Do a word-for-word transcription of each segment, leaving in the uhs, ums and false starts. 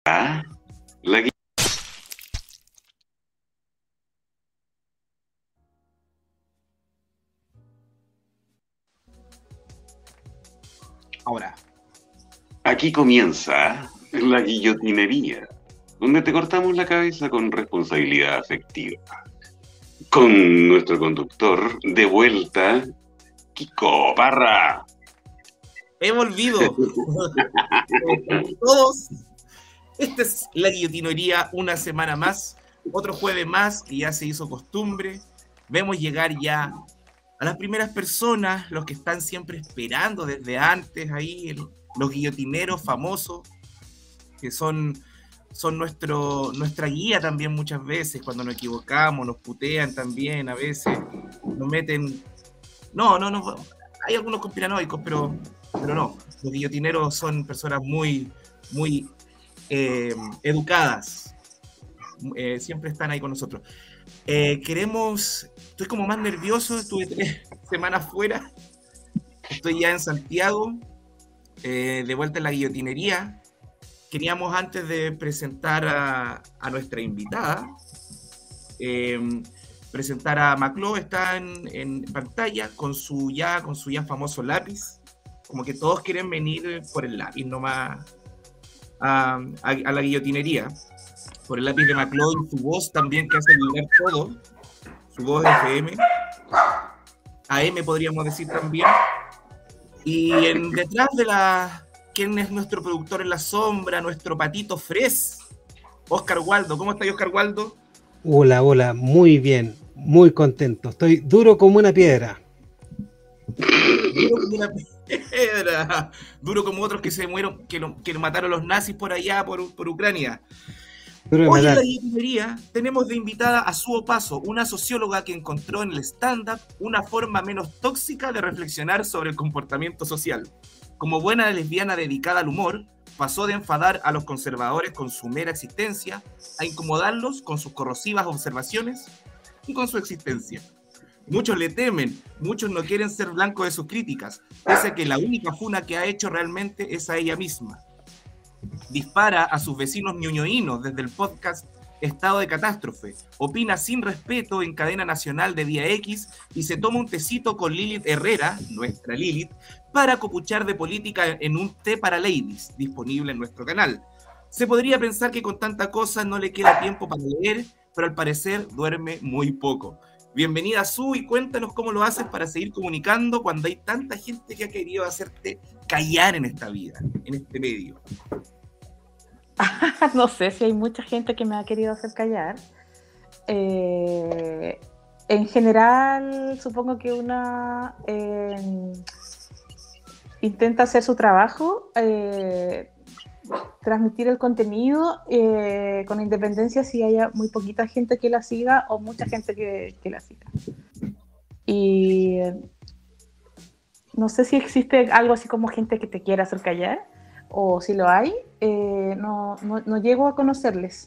La gui- Ahora, Aquí comienza la guillotinería, donde te cortamos la cabeza con responsabilidad afectiva. Con nuestro conductor de vuelta, Kiko Parra. he volvido. Todos. Esta es la guillotinería, una semana más, otro jueves más, que ya se hizo costumbre. Vemos llegar ya a las primeras personas, los que están siempre esperando desde antes, ahí, el- los guillotineros famosos, que son, son nuestro, nuestra guía también muchas veces, cuando nos equivocamos, nos putean también a veces, nos meten... No, no, no, hay algunos conspiranoicos, pero, pero no, los guillotineros son personas muy, muy eh, educadas, eh, siempre están ahí con nosotros. Eh, queremos, estoy como más nervioso, estuve tres semanas fuera, estoy ya en Santiago, eh, de vuelta en la guillotinería. Queríamos antes de presentar a, a nuestra invitada, eh, presentar a Maclo, está en, en pantalla con su, ya, con su ya famoso lápiz, como que todos quieren venir por el lápiz nomás a, a, a la guillotinería, por el lápiz de Maclo y su voz también que hace vibrar todo, su voz F M, A M podríamos decir también. Y en, detrás de la... ¿Quién es nuestro productor en la sombra? Nuestro patito Fres, Oscar Waldo. ¿Cómo está Oscar Waldo? Hola, hola, muy bien, muy contento. Estoy duro como una piedra. Duro como una piedra. Duro como otros que se mueron, que lo, que lo mataron los nazis por allá, por, por Ucrania. Duro de Hoy en la matar. guillotinería tenemos de invitada a Suo Paso, una socióloga que encontró en el stand-up una forma menos tóxica de reflexionar sobre el comportamiento social. Como buena lesbiana dedicada al humor, pasó de enfadar a los conservadores con su mera existencia a incomodarlos con sus corrosivas observaciones y con su existencia. Muchos le temen, muchos no quieren ser blancos de sus críticas, pese a que la única funa que ha hecho realmente es a ella misma. Dispara a sus vecinos ñoñoínos desde el podcast Estado de Catástrofe, opina sin respeto en cadena nacional de Día X y se toma un tecito con Lilith Herrera, nuestra Lilith, para copuchar de política en un té para ladies, disponible en nuestro canal. Se podría pensar que con tanta cosa no le queda tiempo para leer, pero al parecer duerme muy poco. Bienvenida, Su, y cuéntanos cómo lo haces para seguir comunicando cuando hay tanta gente que ha querido hacerte callar en esta vida, en este medio. No sé si hay mucha gente que me ha querido hacer callar. Eh, en general, supongo que una eh, intenta hacer su trabajo, eh, transmitir el contenido eh, con independencia si haya muy poquita gente que la siga o mucha gente que, que la siga. Y eh, no sé si existe algo así como gente que te quiera hacer callar, o si lo hay, eh, no, no, no llego a conocerles.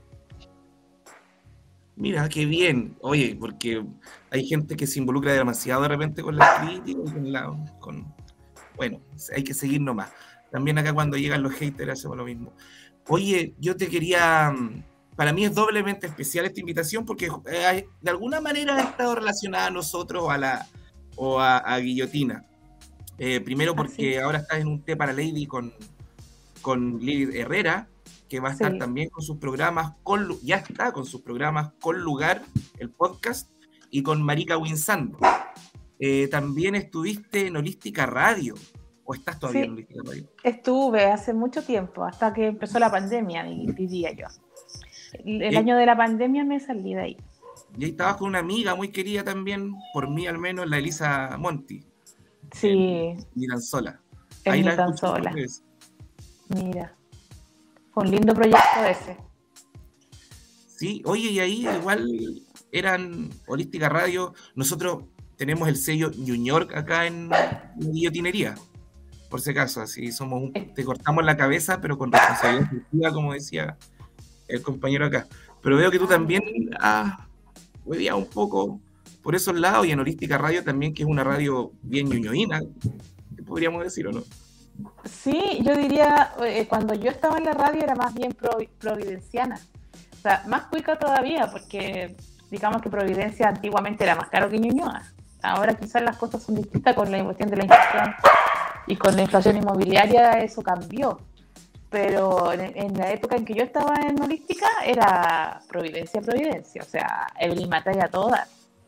Mira, qué bien. Oye, porque hay gente que se involucra demasiado de repente con la crítica y con la... Con... Bueno, hay que seguir nomás. También acá cuando llegan los haters hacemos lo mismo. Oye, yo te quería... Para mí es doblemente especial esta invitación porque eh, de alguna manera ha estado relacionada a nosotros a la, o a, a Guillotina. Eh, primero porque Así. ahora estás en un té para Lady con, con Lilith Herrera, que va a estar Sí. también con sus programas, con, ya está con sus programas Con Lugar, el podcast, y con Marika Winsando. Eh, también estuviste en Holística Radio, o estás todavía Sí, en Holística Radio. Estuve hace mucho tiempo, hasta que empezó la pandemia, diría yo. El, el Y, año de la pandemia me salí de ahí. y ahí estabas con una amiga muy querida también, por mí al menos, la Elisa Monti, Sí, en Miranzola. en Ahí Ni la Tan escuché por Sola. vez. Mira, fue un lindo proyecto ese. Sí, oye, y ahí igual eran Holística Radio. Nosotros tenemos el sello New York acá en la guillotinería, por si acaso, así somos un, te cortamos la cabeza, pero con responsabilidad efectiva, como decía el compañero acá. Pero veo que tú también has hueveado un poco por esos lados, y en Holística Radio también, que es una radio bien ñoñoína, podríamos decir, ¿o no? Sí, yo diría, eh, cuando yo estaba en la radio era más bien provi- providenciana. O sea, más cuica todavía, porque digamos que Providencia antiguamente era más caro que Ñuñoa. Ahora quizás las cosas son distintas con la cuestión de la inflación y con la inflación inmobiliaria eso cambió. Pero en, en la época en que yo estaba en Holística era Providencia, Providencia. O sea, Evelyn Matalla toda.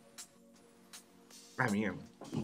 Ah, mira.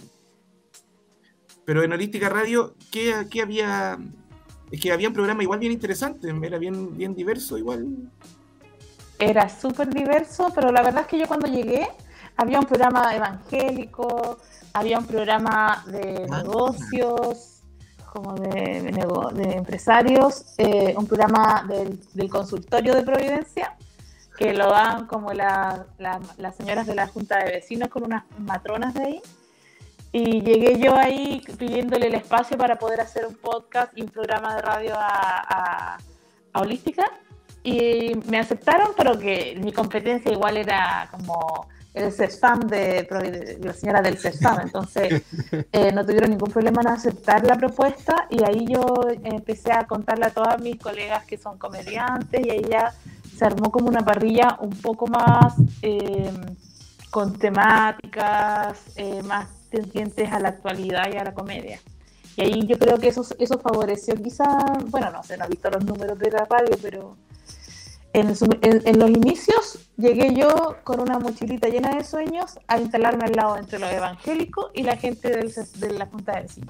Pero en Holística Radio, ¿qué, qué había? Es que había un programa igual bien interesante, era bien, bien diverso igual. Era súper diverso, pero la verdad es que yo cuando llegué había un programa evangélico, había un programa de Ah. negocios, como de, de, nego- de empresarios, eh, un programa del, del consultorio de Providencia, que lo dan como la- la- las señoras de la Junta de Vecinos con unas matronas de ahí. Y llegué yo ahí pidiéndole el espacio para poder hacer un podcast y un programa de radio a, a, a Holística. Y me aceptaron, pero que mi competencia igual era como el CESFAM de, de la señora del CESFAM. Entonces eh, no tuvieron ningún problema en aceptar la propuesta. Y ahí yo empecé a contarle a todas mis colegas que son comediantes. Y ahí ya se armó como una parrilla un poco más eh, con temáticas eh, más tendientes a la actualidad y a la comedia. Y ahí yo creo que eso, eso favoreció quizá, bueno, no sé, no he visto los números de la radio, pero en, su, en, en los inicios llegué yo con una mochilita llena de sueños a instalarme al lado entre los evangélicos y la gente del, de la Junta de Vecinos.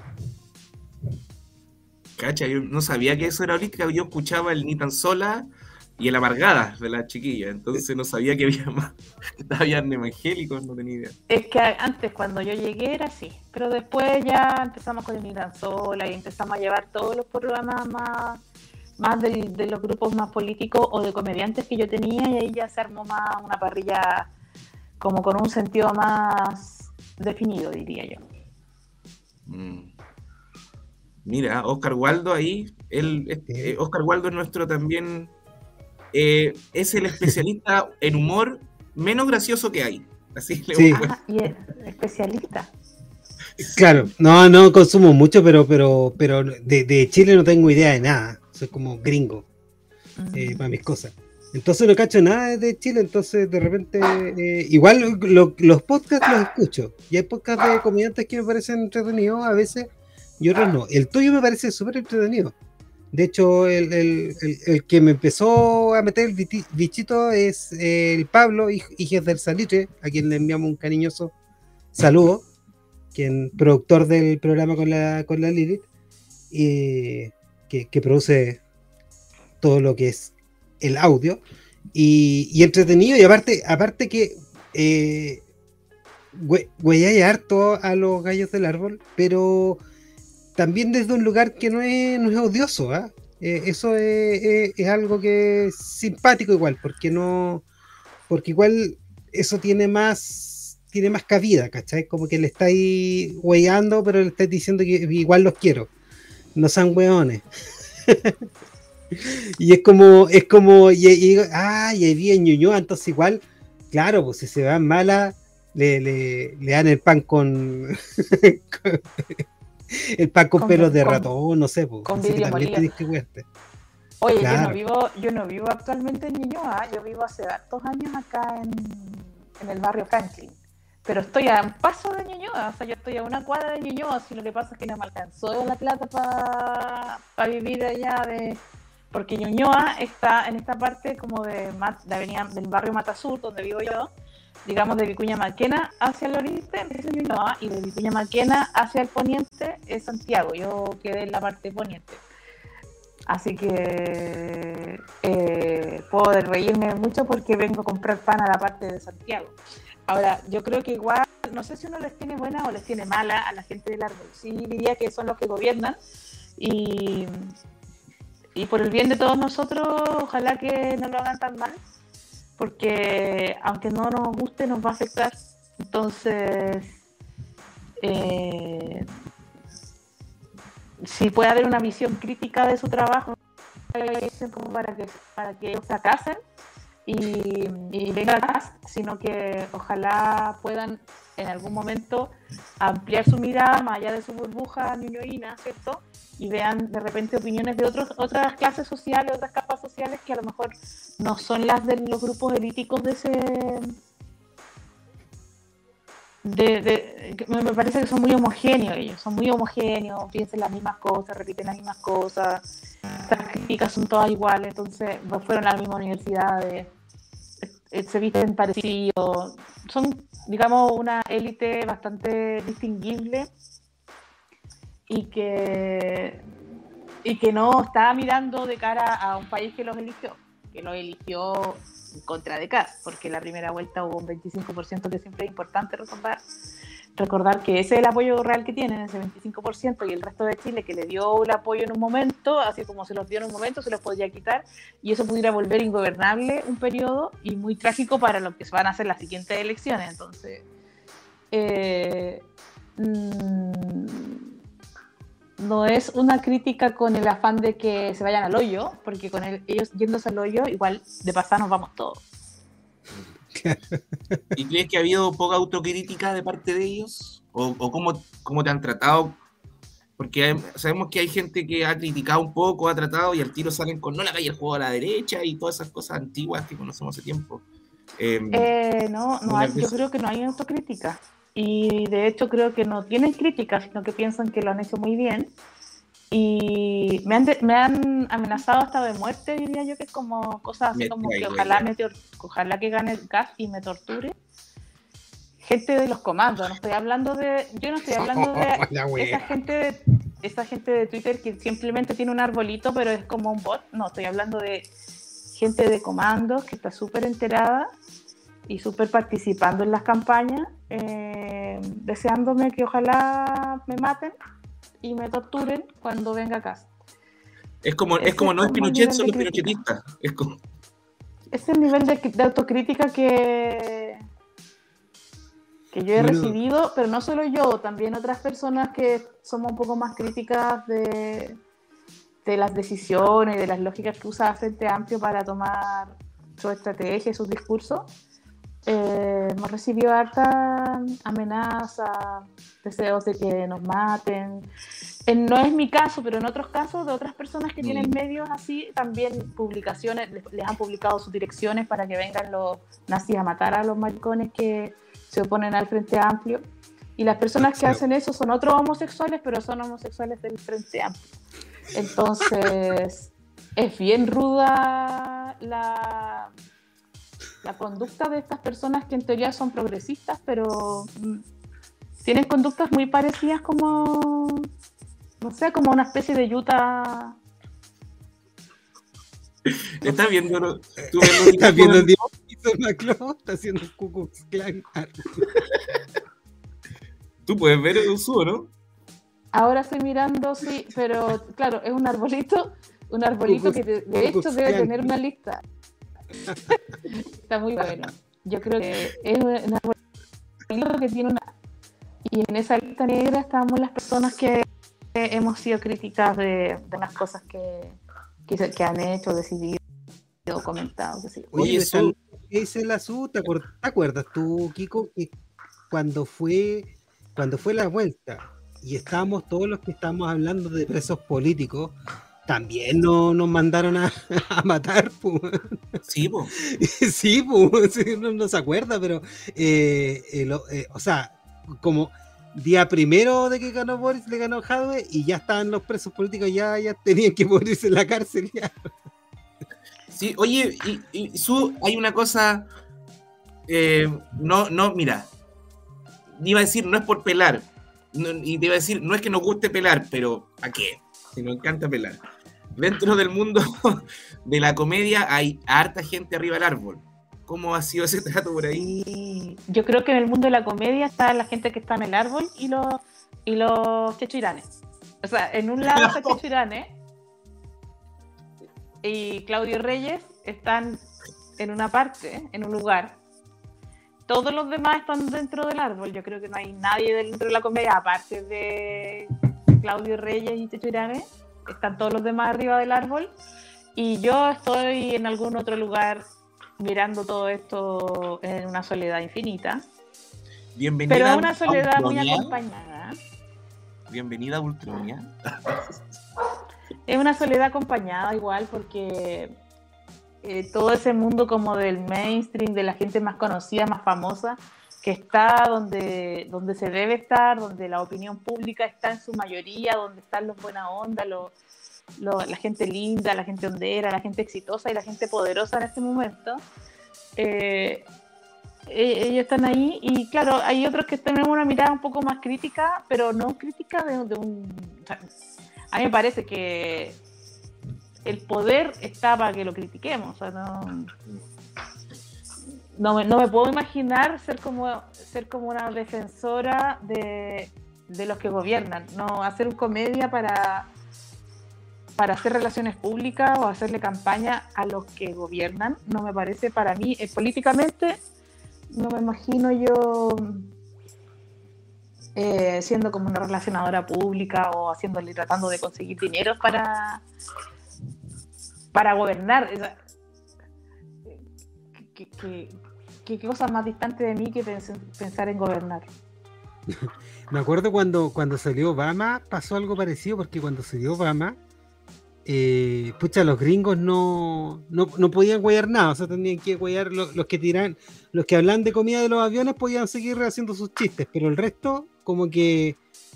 Cacha, yo no sabía que eso era Holística, yo escuchaba el Ni Tan Sola y el Amargada de la chiquilla, entonces no sabía que había más, habían evangélicos, no tenía idea. Es que antes cuando yo llegué era así, pero después ya empezamos con el Ni Tan Sola y empezamos a llevar todos los programas más, más de, de los grupos más políticos o de comediantes que yo tenía, y ahí ya se armó más una parrilla como con un sentido más definido, diría yo. Mm. Mira, Oscar Waldo ahí, él, eh, Oscar Waldo es nuestro también, eh, es el especialista en humor menos gracioso que hay. Así le Sí. Ah, y es especialista. Claro, no, no consumo mucho, pero, pero, pero de, de Chile no tengo idea de nada. Soy como gringo eh, para mis cosas. Entonces no cacho nada de Chile, entonces de repente eh, igual lo, los podcasts los escucho. Y hay podcasts de comediantes que me parecen entretenidos a veces y otros no. El tuyo me parece súper entretenido. De hecho, el, el, el, el que me empezó a meter el bichito es eh, el Pablo, Hijes del Salitre, a quien le enviamos un cariñoso saludo, quien productor del programa con la, con la Lilith, y que, que produce todo lo que es el audio, y, y entretenido, y aparte, aparte que eh, güey, harto a los gallos del árbol, pero también desde un lugar que no es, no es odioso, ¿eh? Eh, eso es, es, es algo que es simpático igual, porque no, porque igual eso tiene más, tiene más cabida, ¿cachai? Como que le estáis hueando, pero le estáis diciendo que igual los quiero, no sean hueones. Y es como, es como, y, y, ah, y ahí vi en Ñuñoa, entonces igual, claro, pues si se van malas, le, le, le dan el pan con, con el pan con, con pelos de con, ratón, no sé, pues, con así que también molido. te diste Oye, claro. yo no vivo, yo no vivo actualmente en Ñuñoa, yo vivo hace dos años acá en, en el barrio Franklin, pero estoy a un paso de Ñuñoa, o sea, yo estoy a una cuadra de Ñuñoa, si lo que pasa es que no me alcanzó la plata para pa vivir allá, de porque Ñuñoa está en esta parte como de, de avenida, del barrio Mata Sur, donde vivo yo, digamos de Vicuña Maquena hacia el oriente es Ñuñoa, y de Vicuña Maquena hacia el poniente es Santiago. Yo quedé en la parte poniente, así que eh, puedo reírme mucho porque vengo a comprar pan a la parte de Santiago. Ahora, yo creo que igual, no sé si uno les tiene buena o les tiene mala a la gente del árbol. Sí diría que son los que gobiernan, y y por el bien de todos nosotros, ojalá que no lo hagan tan mal, porque aunque no nos guste, nos va a afectar. Entonces, eh, si puede haber una visión crítica de su trabajo, como para que, para que ellos fracasen y, y venga Kast, sino que ojalá puedan en algún momento ampliar su mirada más allá de su burbuja ñuñoína, ¿cierto? Y vean de repente opiniones de otros, otras clases sociales, otras capas sociales que a lo mejor no son las de los grupos elíticos de ese... De, de, me parece que son muy homogéneos ellos, son muy homogéneos, piensan las mismas cosas, repiten las mismas cosas, las críticas son todas iguales, entonces fueron a la misma universidad, se visten parecidos, son, digamos, una élite bastante distinguible y que, y que no está mirando de cara a un país que los eligió, que los eligió en contra de Kast, porque en la primera vuelta hubo un veinticinco por ciento, que siempre es importante recordar, recordar que ese es el apoyo real que tienen, ese veinticinco por ciento, y el resto de Chile que le dio el apoyo en un momento, así como se los dio en un momento, se los podía quitar, y eso pudiera volver ingobernable un periodo, y muy trágico para lo que van a ser las siguientes elecciones. Entonces, eh, mmm, no es una crítica con el afán de que se vayan al hoyo, porque con el, ellos yéndose al hoyo, igual de pasar nos vamos todos. ¿Y crees que ha habido poca autocrítica de parte de ellos? ¿O, o cómo, cómo te han tratado? Porque hay, sabemos que hay gente que ha criticado un poco, ha tratado, y al tiro salen con no la calle el juego a la derecha y todas esas cosas antiguas que conocemos hace tiempo. Eh, eh, no, no hay, yo creo que no hay autocrítica. Y de hecho creo que no tienen críticas, sino que piensan que lo han hecho muy bien. Y me han, de, me han amenazado hasta de muerte, diría yo, que es como cosas así me, como que ojalá, me, ojalá que gane el Kast y me torture. Gente de los comandos, no estoy hablando de, yo no estoy hablando de esa gente de, esa gente de Twitter que simplemente tiene un arbolito pero es como un bot. No, estoy hablando de gente de comandos que está súper enterada y súper participando en las campañas, eh, deseándome que ojalá me maten y me torturen cuando venga Kast. Es como, es como no es Pinochet, son los pinochetistas. Es como... Es el nivel de, de autocrítica que, que yo he bueno. recibido, pero no solo yo, también otras personas que somos un poco más críticas de, de las decisiones, de las lógicas que usa Frente Amplio para tomar su estrategia y sus discursos. Eh, hemos recibido harta amenaza, deseos de que nos maten. Eh, no es mi caso, pero en otros casos de otras personas que mm. tienen medios así, también publicaciones, les, les han publicado sus direcciones para que vengan los nazis a matar a los maricones que se oponen al Frente Amplio. Y las personas que sí. hacen eso son otros homosexuales, pero son homosexuales del Frente Amplio. Entonces, es bien ruda la... la conducta de estas personas que en teoría son progresistas, pero mm, tienen conductas muy parecidas como, no sé, como una especie de Utah. ¿Estás viendo? ¿Tú ¿Estás viendo el Diosito McClough? Está haciendo el Ku Klux Klan. Tú puedes ver el uso, ¿no? Ahora estoy mirando, sí, pero claro, es un arbolito, un arbolito que de, de hecho debe tener una lista. Está muy bueno. Yo creo que es un arbolito que tiene una... Y en esa lista negra estamos las personas que hemos sido críticas de, de las cosas que, que, que han hecho, decidido, comentado. Que sí. Oye, eso... ¿qué dice la S U? ¿Te acuerdas tú, Kiko, que cuando fue, cuando fue la vuelta y estábamos todos los que estábamos hablando de presos políticos, también no, nos mandaron a, a matar, pues? Sí, pues. Sí, pues, sí, no, no se acuerda, pero, eh, eh, lo, eh, o sea, como día primero de que ganó Boris, le ganó Jadwe, y ya estaban los presos políticos, ya, ya tenían que morirse en la cárcel, ya. Sí, oye, y, y Su, hay una cosa, eh, no, no, mira, iba a decir, no es por pelar, no, y te iba a decir, no es que nos guste pelar, pero ¿a qué? Si nos encanta pelar. Dentro del mundo de la comedia hay harta gente arriba del árbol. ¿Cómo ha sido ese trato por ahí? Sí, yo creo que en el mundo de la comedia está la gente que está en el árbol y los, y los chechiranes. O sea, en un lado está Chechiranes y Claudio Reyes están en una parte, en un lugar. Todos los demás están dentro del árbol. Yo creo que no hay nadie dentro de la comedia, aparte de Claudio Reyes y Chechiranes. Están todos los demás arriba del árbol. Y yo estoy en algún otro lugar mirando todo esto en una soledad infinita. Bienvenida Pero una a soledad muy Ultronia. acompañada. Bienvenida a Ultronia. Es una soledad acompañada igual porque eh, todo ese mundo como del mainstream, de la gente más conocida, más famosa, que está donde, donde se debe estar, donde la opinión pública está en su mayoría, donde están los buena onda, los, los, la gente linda, la gente hondera, la gente exitosa y la gente poderosa en este momento. Eh, ellos están ahí y claro, hay otros que tenemos una mirada un poco más crítica, pero no crítica de, de un... O sea, a mí me parece que el poder está para que lo critiquemos, o sea, no... No me, no me puedo imaginar ser como, ser como una defensora de, de los que gobiernan, no hacer comedia para, para hacer relaciones públicas o hacerle campaña a los que gobiernan, no me parece para mí, eh, políticamente, no me imagino yo eh, siendo como una relacionadora pública o haciéndole, tratando de conseguir dinero para, para gobernar. O sea, que, que, ¿Qué cosa más distante de mí que pensar en gobernar? Me acuerdo cuando, cuando salió Obama, pasó algo parecido, porque cuando salió Obama, eh, pucha, los gringos no, no, no podían huear nada, o sea, tenían que huear los, los que tiran, los que hablan de comida de los aviones podían seguir haciendo sus chistes, pero el resto, como que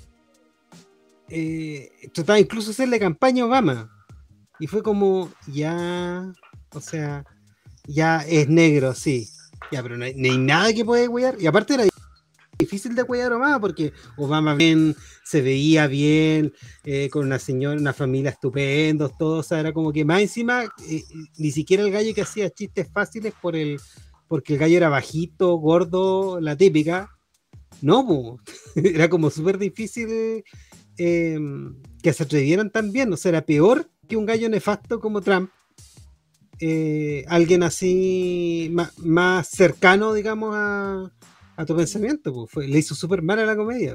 eh, trataba incluso de hacerle campaña a Obama, y fue como, ya, o sea, ya es negro, sí. Ya, pero no hay, no hay nada que puede huear. Y aparte era difícil de huear a Obama, porque Obama bien, se veía bien, eh, con una señora, una familia estupendos, todo, o sea, era como que más encima, eh, ni siquiera el gallo que hacía chistes fáciles por el, porque el gallo era bajito, gordo, la típica. No, po. Era como súper difícil eh, que se atrevieran tan bien, o sea, era peor que un gallo nefasto como Trump. Eh, alguien así más, más cercano, digamos, a, a tu pensamiento, pues fue, le hizo súper mal a la comedia.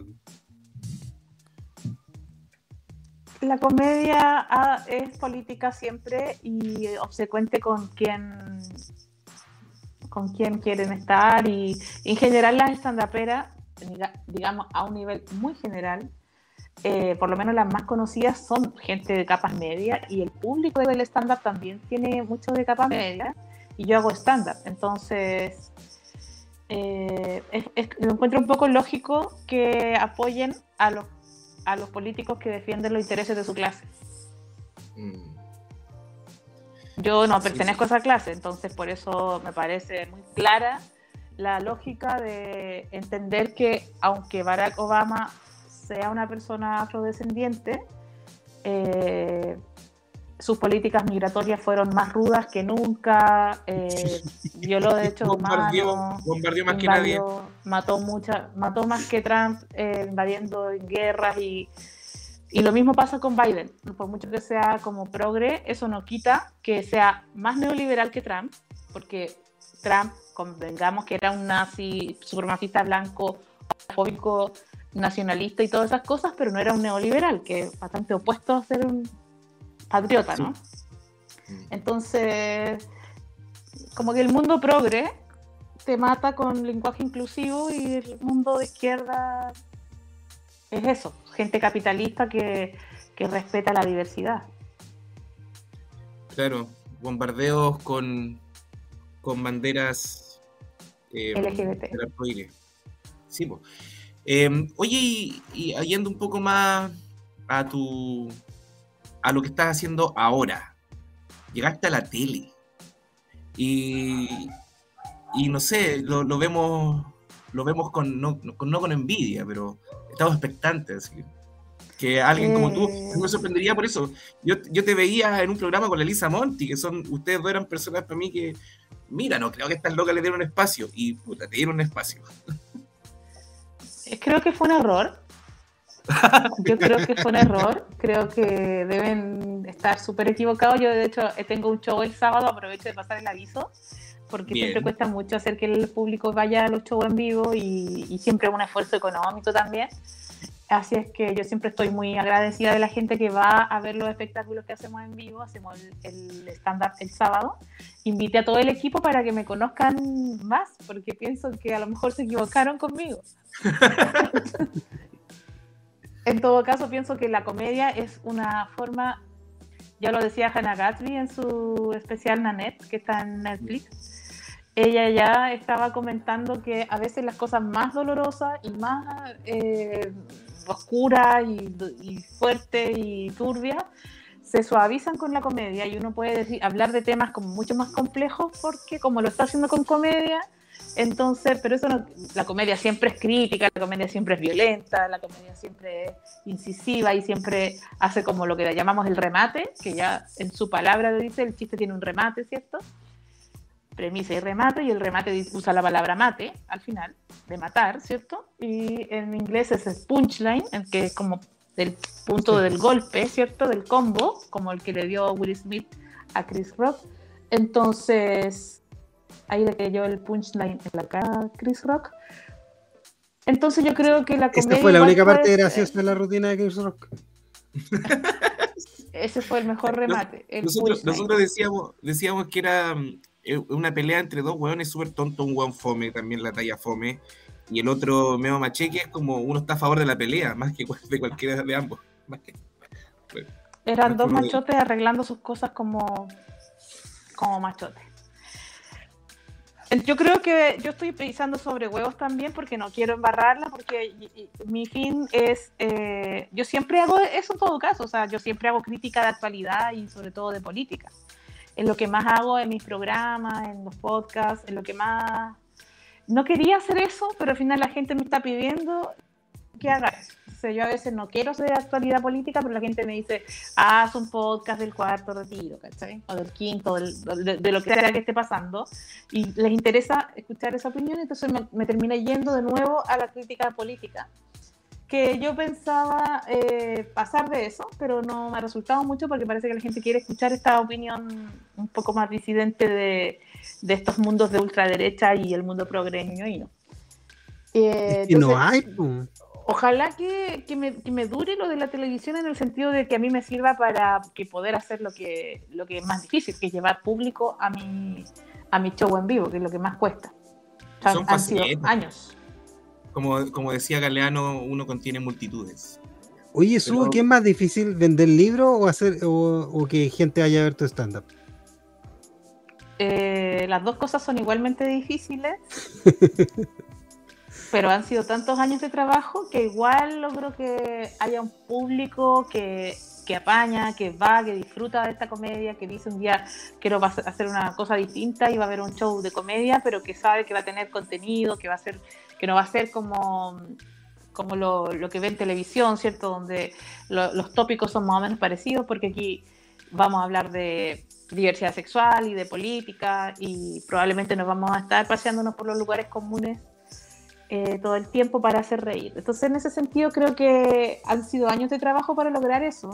La comedia ah, es política siempre y obsecuente con quién con quién quieren estar y en general las stand-uperas, digamos a un nivel muy general, Eh, por lo menos las más conocidas son gente de capas medias y el público del stand-up también tiene mucho de capas medias y yo hago stand-up, entonces eh, es, es, lo encuentro un poco lógico que apoyen a los, a los políticos que defienden los intereses de su clase. Mm. Yo no pertenezco sí, sí. a esa clase, entonces por eso me parece muy clara la lógica de entender que aunque Barack Obama sea una persona afrodescendiente, eh, sus políticas migratorias fueron más rudas que nunca, eh, violó derechos humanos, bombardeó más que nadie, mató, mucha, mató más que Trump, eh, invadiendo en guerras, y, y lo mismo pasa con Biden. Por mucho que sea como progre, eso no quita que sea más neoliberal que Trump, porque Trump, convengamos que era un nazi, supremacista blanco, homofóbico, nacionalista y todas esas cosas, pero no era un neoliberal, que es bastante opuesto a ser un patriota, ¿no? Sí. Entonces, como que el mundo progre te mata con lenguaje inclusivo y el mundo de izquierda es eso, gente capitalista que, que respeta la diversidad. Claro, bombardeos con, con banderas eh, L G B T. del arcoíris. Sí, pues. Eh, oye, y, y yendo un poco más a tu a lo que estás haciendo ahora, llegaste a la tele y, y no sé, lo, lo vemos lo vemos con no, con no con envidia, pero estamos expectantes, así, que alguien como tú, me sorprendería por eso. Yo, yo te veía en un programa con la Elisa Monti, que son, ustedes dos eran personas para mí que, mira, no creo que estas locas le dieron un espacio, y puta, te dieron un espacio. Creo que fue un error. Yo creo que fue un error. Creo que deben estar súper equivocados. Yo, de hecho, tengo un show el sábado. Aprovecho de pasar el aviso. Porque Bien. siempre cuesta mucho hacer que el público vaya a los shows en vivo. Y, y siempre es un esfuerzo económico también. Así es que yo siempre estoy muy agradecida de la gente que va a ver los espectáculos que hacemos en vivo. Hacemos el, el stand-up el sábado. Invité a todo el equipo para que me conozcan más, porque pienso que a lo mejor se equivocaron conmigo. En todo caso, pienso que la comedia es una forma, ya lo decía Hannah Gatsby en su especial Nanette, que está en Netflix. Ella ya estaba comentando que a veces las cosas más dolorosas y más eh, oscuras y, y fuertes y turbias se suavizan con la comedia, y uno puede decir, hablar de temas como mucho más complejos porque como lo está haciendo con comedia, entonces, pero eso no, la comedia siempre es crítica, la comedia siempre es violenta, la comedia siempre es incisiva y siempre hace como lo que llamamos el remate, que ya en su palabra lo dice, el chiste tiene un remate, ¿cierto? Premisa y remate, y el remate usa la palabra mate al final, de matar, ¿cierto? Y en inglés es el punchline, que es como el punto del golpe, ¿cierto? Del combo, como el que le dio Will Smith a Chris Rock. Entonces, ahí le cayó el punchline en la cara a Chris Rock. Entonces yo creo que la comedia... Esta fue la única parte graciosa de la rutina de Chris Rock. Ese fue el mejor remate. El nosotros, nosotros decíamos, decíamos que era una pelea entre dos hueones súper tontos, un hueón fome, también la talla fome, y el otro Meo Maché, que es como uno está a favor de la pelea, más que de cualquiera de ambos. Más que, bueno, Eran más dos de... machotes arreglando sus cosas como, como machotes. Yo creo que yo estoy pensando sobre huevos también porque no quiero embarrarla, porque y, y, mi fin es, eh, yo siempre hago eso en todo caso, o sea, yo siempre hago crítica de actualidad y sobre todo de política. Es lo que más hago en mis programas, en los podcasts, en lo que más... No quería hacer eso, pero al final la gente me está pidiendo que haga eso. O sea, yo a veces no quiero hacer actualidad política, pero la gente me dice, haz un podcast del cuarto retiro, ¿cachai? O del quinto, del, de, de lo que sea que esté pasando, y les interesa escuchar esa opinión, entonces me, me termina yendo de nuevo a la crítica política, que yo pensaba eh, pasar de eso, pero no me ha resultado mucho porque parece que la gente quiere escuchar esta opinión un poco más disidente de, de estos mundos de ultraderecha y el mundo progreño y no. Eh, y no hay, pues. Ojalá que, que, me, que me dure lo de la televisión en el sentido de que a mí me sirva para que poder hacer lo que, lo que es más difícil, que es llevar público a mi, a mi show en vivo, que es lo que más cuesta. O sea, Son han sido años. Como, como decía Galeano, uno contiene multitudes. Oye, Su, Pero... ¿qué es más difícil, vender libros o hacer o, o que gente vaya a ver tu stand-up? Eh, las dos cosas son igualmente difíciles. Pero han sido tantos años de trabajo que igual logro que haya un público que, que apaña, que va, que disfruta de esta comedia, que dice un día quiero hacer una cosa distinta y va a haber un show de comedia, pero que sabe que va a tener contenido, que va a ser, que no va a ser como, como lo, lo que ve en televisión, ¿cierto? Donde lo, los tópicos son más o menos parecidos, porque aquí vamos a hablar de diversidad sexual y de política y probablemente nos vamos a estar paseándonos por los lugares comunes Eh, todo el tiempo para hacer reír. Entonces, en ese sentido, creo que han sido años de trabajo para lograr eso.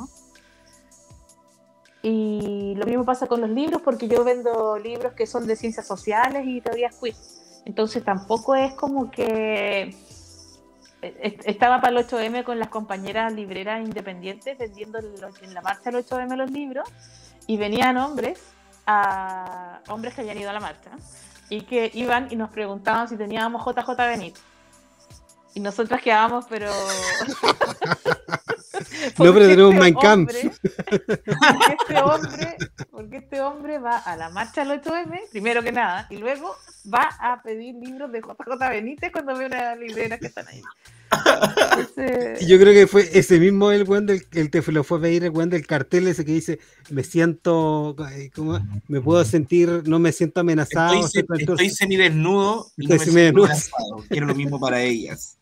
Y lo mismo pasa con los libros, porque yo vendo libros que son de ciencias sociales y teorías queer. Entonces, tampoco es como que... Estaba para el ocho eme con las compañeras libreras independientes vendiendo en la marcha del ocho eme los libros, y venían hombres, a, hombres que habían ido a la marcha, y que iban y nos preguntaban si teníamos J J Benítez. Y nosotras quedábamos, pero... no, pero tenemos Mein Kampf. Porque este hombre, porque este hombre va a la marcha del ocho eme, primero que nada, y luego va a pedir libros de J J Benítez cuando ve una librera que están ahí. Entonces... Yo creo que fue ese mismo el weón del el te lo fue a pedir el weón del cartel ese que dice me siento ¿cómo? Me puedo sentir, no me siento amenazado. Estoy, estoy, estoy semidesnudo y no me siento amenazado. Quiero lo mismo para ellas.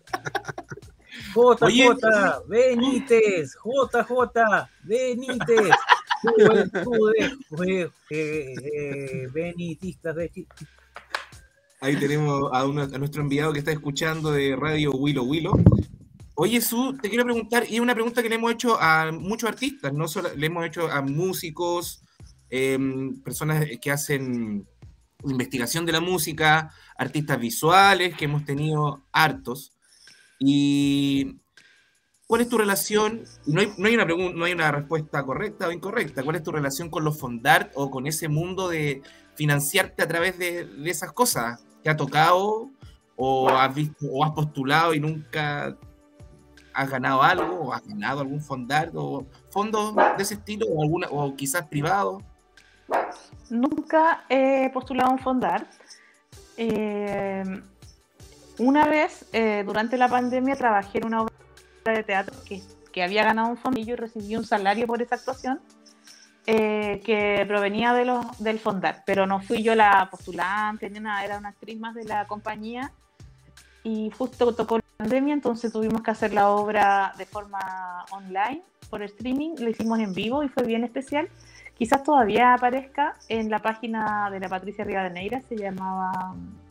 J J Benítez, J J Benítez, Juventudes eh, eh, Benitistas de Chile. Ahí tenemos a, uno, a nuestro enviado que está escuchando de Radio Willow Willow. Oye, Su, te quiero preguntar, y es una pregunta que le hemos hecho a muchos artistas, no solo le hemos hecho a músicos, eh, personas que hacen investigación de la música, artistas visuales, que hemos tenido hartos. Y ¿Cuál es tu relación? No hay, no hay una pregunta, no hay una respuesta correcta o incorrecta. ¿Cuál es tu relación con los Fondart o con ese mundo de financiarte a través de, de esas cosas? ¿Te ha tocado o has visto o has postulado y nunca has ganado algo o has ganado algún Fondart o fondos de ese estilo o alguna o quizás privado? Nunca he postulado un Fondart. Eh, una vez, eh, durante la pandemia, trabajé en una obra de teatro que, que había ganado un fondillo y recibí un salario por esa actuación eh, que provenía de los, del Fondart, pero no fui yo la postulante ni nada, era una actriz más de la compañía y justo tocó la pandemia, entonces tuvimos que hacer la obra de forma online, por streaming, lo hicimos en vivo y fue bien especial. Quizás todavía aparezca en la página de la Patricia Rivadeneira, se llamaba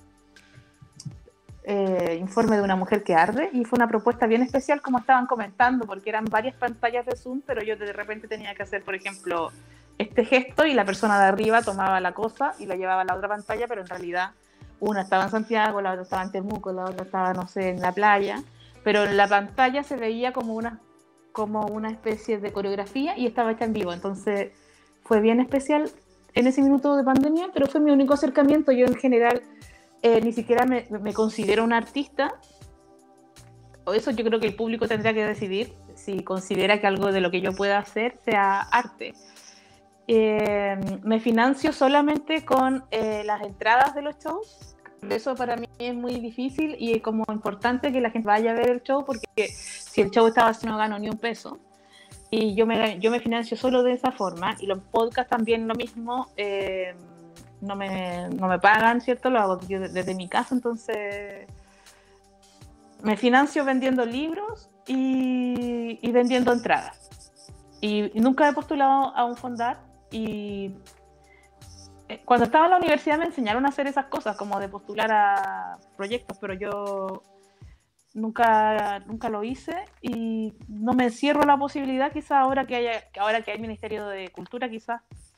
eh, Informe de una mujer que arde, y fue una propuesta bien especial, como estaban comentando, porque eran varias pantallas de Zoom, pero yo de repente tenía que hacer, por ejemplo, este gesto y la persona de arriba tomaba la cosa y la llevaba a la otra pantalla, pero en realidad una estaba en Santiago, la otra estaba en Temuco, la otra estaba, no sé, en la playa, pero en la pantalla se veía como una, como una especie de coreografía y estaba hecha en vivo, entonces fue bien especial en ese minuto de pandemia, pero fue mi único acercamiento. Yo en general eh, ni siquiera me, me considero una artista, o eso yo creo que el público tendrá que decidir si considera que algo de lo que yo pueda hacer sea arte. Eh, me financio solamente con eh, las entradas de los shows. Eso para mí es muy difícil y es como importante que la gente vaya a ver el show, porque si el show está vacío no gano ni un peso. Y yo me, yo me financio solo de esa forma. Y los podcasts también lo mismo. Eh, no, me, no me pagan, ¿cierto? Lo hago yo desde mi casa. Entonces me financio vendiendo libros y, y vendiendo entradas. Y, y nunca he postulado a un Fondart. Y cuando estaba en la universidad me enseñaron a hacer esas cosas, como de postular a proyectos, pero yo nunca, nunca lo hice y no me cierro la posibilidad, quizás ahora que haya, ahora que hay Ministerio de Cultura, quizás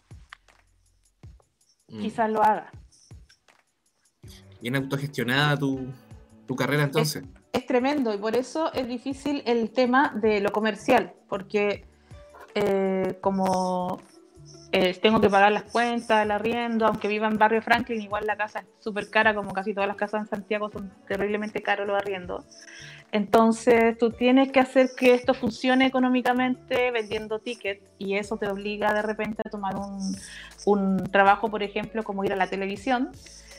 mm. quizás lo haga. Bien autogestionada tu, tu carrera entonces. Es, es tremendo y por eso es difícil el tema de lo comercial, porque eh, como Eh, tengo que pagar las cuentas, el arriendo, aunque viva en barrio Franklin, igual la casa es súper cara, como casi todas las casas en Santiago son terriblemente caros los arriendos. Entonces tú tienes que hacer que esto funcione económicamente vendiendo tickets, y eso te obliga de repente a tomar un, un trabajo, por ejemplo, como ir a la televisión,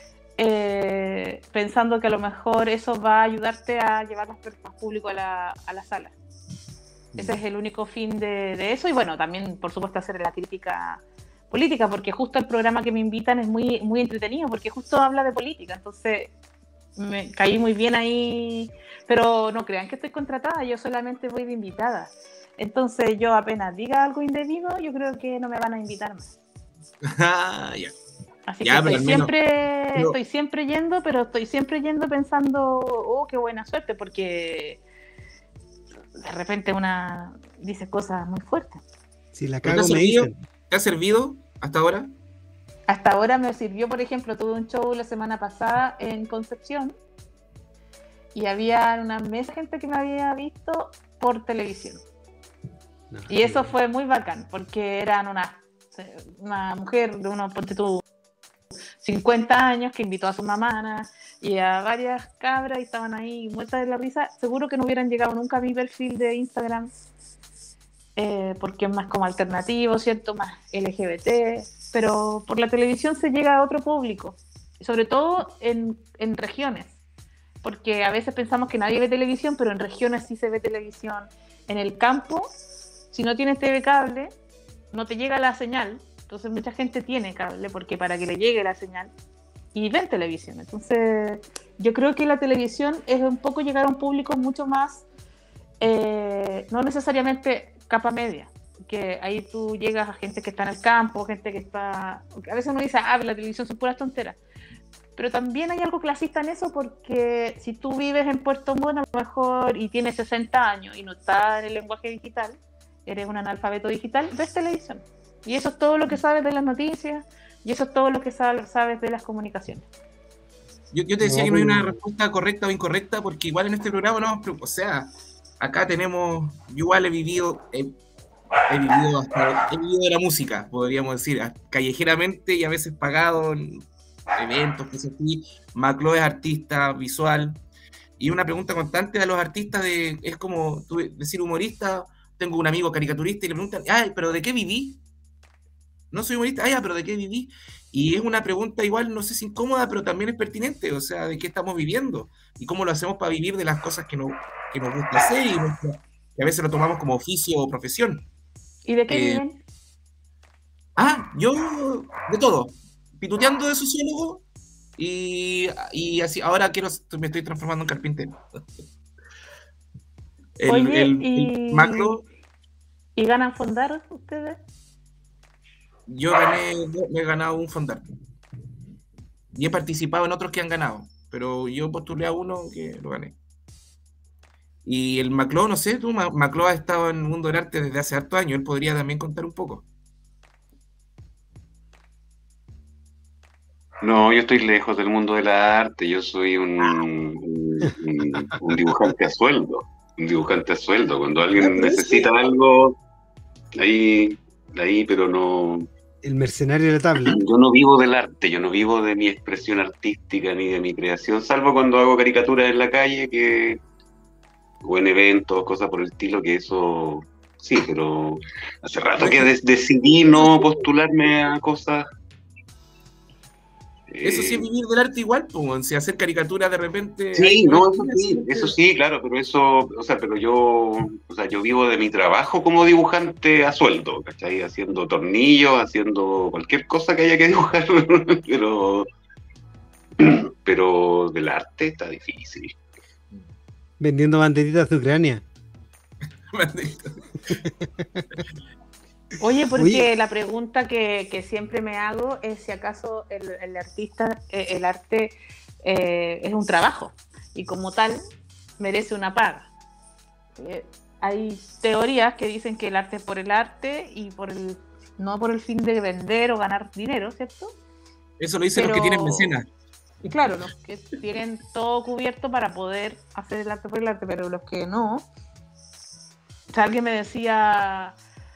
eh, pensando que a lo mejor eso va a ayudarte a llevar los públicos a la, a la sala. Ese es el único fin de, de eso. Y bueno, también por supuesto hacer la crítica política, porque justo el programa que me invitan es muy, muy entretenido, porque justo habla de política, entonces me caí muy bien ahí, pero no crean que estoy contratada, yo solamente voy de invitada, entonces yo apenas diga algo indebido, yo creo que no me van a invitar más. Ah, yeah. Así ya, que estoy siempre, pero... estoy siempre yendo, pero estoy siempre yendo pensando, oh, qué buena suerte, porque de repente una dice cosas muy fuertes. Si la cago me dicen. ¿Te ha servido hasta ahora? Hasta ahora me sirvió, por ejemplo, tuve un show la semana pasada en Concepción y había una mesa de gente que me había visto por televisión. No, y eso fue muy bacán, porque eran una, una mujer de unos, ponte tú, cincuenta años que invitó a su mamá y a varias cabras y estaban ahí muertas de la risa. Seguro que no hubieran llegado nunca a mi perfil de Instagram, eh, porque es más como alternativo, ¿cierto? Más L G B T, pero por la televisión se llega a otro público, sobre todo en, en regiones, porque a veces pensamos que nadie ve televisión, pero en regiones sí se ve televisión. En el campo, si no tienes T V cable, no te llega la señal. Entonces mucha gente tiene cable porque para que le llegue la señal y ven televisión. Entonces yo creo que la televisión es un poco llegar a un público mucho más, eh, no necesariamente capa media, que ahí tú llegas a gente que está en el campo, gente que está... A veces uno dice, ah, la televisión son puras tonteras. Pero también hay algo clasista en eso, porque si tú vives en Puerto Montt a lo mejor y tienes sesenta años y no estás en el lenguaje digital, eres un analfabeto digital, ves televisión. Y eso es todo lo que sabes de las noticias, y eso es todo lo que sabes de las comunicaciones. Yo, yo te decía no, que no hay una respuesta correcta o incorrecta, porque igual en este programa no, o sea, acá tenemos, yo igual he vivido, he, he vivido hasta, he vivido de la música, podríamos decir, callejeramente y a veces pagado en eventos, que se fui. Maclo es artista visual, y una pregunta constante a los artistas de, es como tú decir humorista. Tengo un amigo caricaturista y le preguntan, ay, ¿pero de qué viví? No soy humorista, ay, ¿pero de qué viví? Y es una pregunta igual, no sé si incómoda, pero también es pertinente, o sea, ¿de qué estamos viviendo? Y cómo lo hacemos para vivir de las cosas que, no, que nos gusta hacer y nuestra, que a veces lo tomamos como oficio o profesión. ¿Y de qué Eh, viven? ah, yo de todo, pituteando de sociólogo y, y así, ahora quiero, me estoy transformando en carpintero. El, Oye, el, y, el macro, ¿y ganan fondar ustedes? yo gané, me he ganado un fondar. Y he participado en otros que han ganado, pero yo postulé a uno que lo gané. Y el Macló, no sé, tú, Ma- Macló ha estado en el mundo del arte desde hace hartos años, él podría también contar un poco. No, yo estoy lejos del mundo del arte, yo soy un, un, un- un dibujante a sueldo, un dibujante a sueldo. Cuando alguien necesita algo, ahí, ahí, pero no, El mercenario de la tabla. yo no vivo del arte, yo no vivo de mi expresión artística ni de mi creación, salvo cuando hago caricaturas en la calle, que, o en eventos, cosas por el estilo, que eso, sí, pero hace rato que des- decidí no postularme a cosas. Eso sí es eh, vivir del arte igual, pues, si hacer caricaturas de repente... Sí, hay no, buenas eso ideas, sí, ¿sí? eso sí, claro, pero eso, o sea, pero yo, o sea, yo vivo de mi trabajo como dibujante a sueldo, ¿cachai? Haciendo tornillos, haciendo cualquier cosa que haya que dibujar, pero, pero del arte está difícil. Vendiendo banderitas de Ucrania. Oye, porque Oye. la pregunta que, que siempre me hago es si acaso el, el artista, eh, el arte eh, es un trabajo y como tal merece una paga. Eh, hay teorías que dicen que el arte es por el arte y por el no por el fin de vender o ganar dinero, ¿cierto? Eso lo dicen Pero- los que tienen mecenas. Y claro, los que tienen todo cubierto para poder hacer el arte por el arte, pero los que no. O sea, alguien me decía,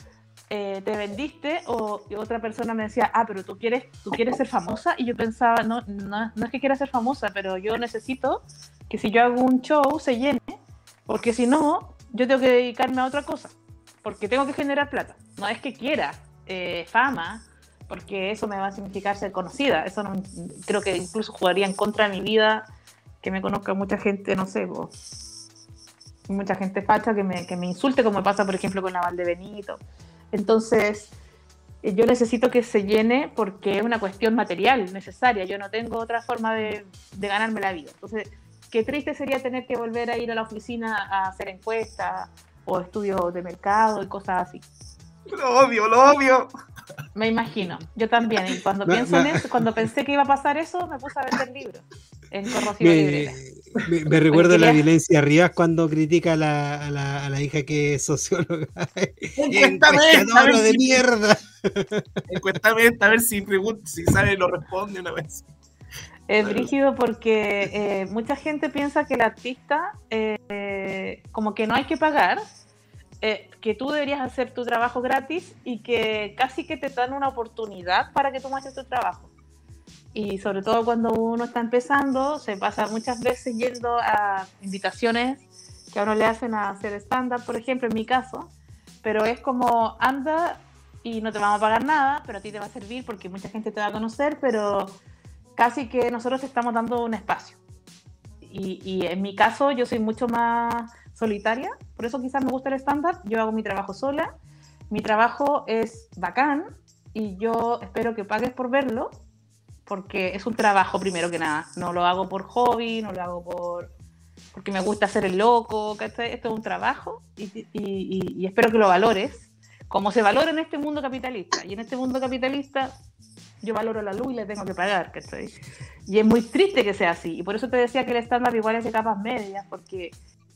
eh, ¿te vendiste? O y otra persona me decía, ah, pero tú quieres, tú quieres ser famosa. Y yo pensaba, no, no, no es que quiera ser famosa, pero yo necesito que si yo hago un show se llene, porque si no, yo tengo que dedicarme a otra cosa, porque tengo que generar plata. No es que quiera eh, fama, porque eso me va a significar ser conocida. Eso no, creo que incluso jugaría en contra de mi vida, que me conozca mucha gente, no sé, vos, mucha gente facha que me, que me insulte, como me pasa, por ejemplo, con la Valdebenito. Entonces, eh, yo necesito que se llene porque es una cuestión material necesaria. Yo no tengo otra forma de, de ganarme la vida. Entonces, qué triste sería tener que volver a ir a la oficina a hacer encuestas o estudios de mercado y cosas así. Lo odio, lo odio. Me imagino, yo también. Y cuando Ma- pienso ma- en eso, cuando pensé que iba a pasar eso, me puse a vender libros en Corrosiva Me, Librera. me, me recuerda quería- la violencia Rivas cuando critica a la, a la, a la hija que es socióloga. Encuéstame esta, a ver ¡Encuestadora de si- mierda! Encuéstame esta, a ver si pregunta, si sabe lo responde una vez. Es brígido porque eh, mucha gente piensa que el artista, eh, como que no hay que pagar, eh, que tú deberías hacer tu trabajo gratis y que casi que te dan una oportunidad para que tú hagas tu trabajo. Y sobre todo cuando uno está empezando, se pasa muchas veces yendo a invitaciones que a uno le hacen a hacer stand-up, por ejemplo, en mi caso, pero es como anda y no te vamos a pagar nada, pero a ti te va a servir porque mucha gente te va a conocer, pero casi que nosotros te estamos dando un espacio. Y, y en mi caso yo soy mucho más solitaria, por eso quizás me gusta el stand-up, yo hago mi trabajo sola, mi trabajo es bacán y yo espero que pagues por verlo, porque es un trabajo primero que nada, no lo hago por hobby, no lo hago por porque me gusta hacer el loco, ¿cachai? Esto es un trabajo y, y, y, y espero que lo valores, como se valora en este mundo capitalista, y en este mundo capitalista yo valoro la luz y le tengo que pagar, ¿cachai? Y es muy triste que sea así, y por eso te decía que el stand-up igual es de capas medias, porque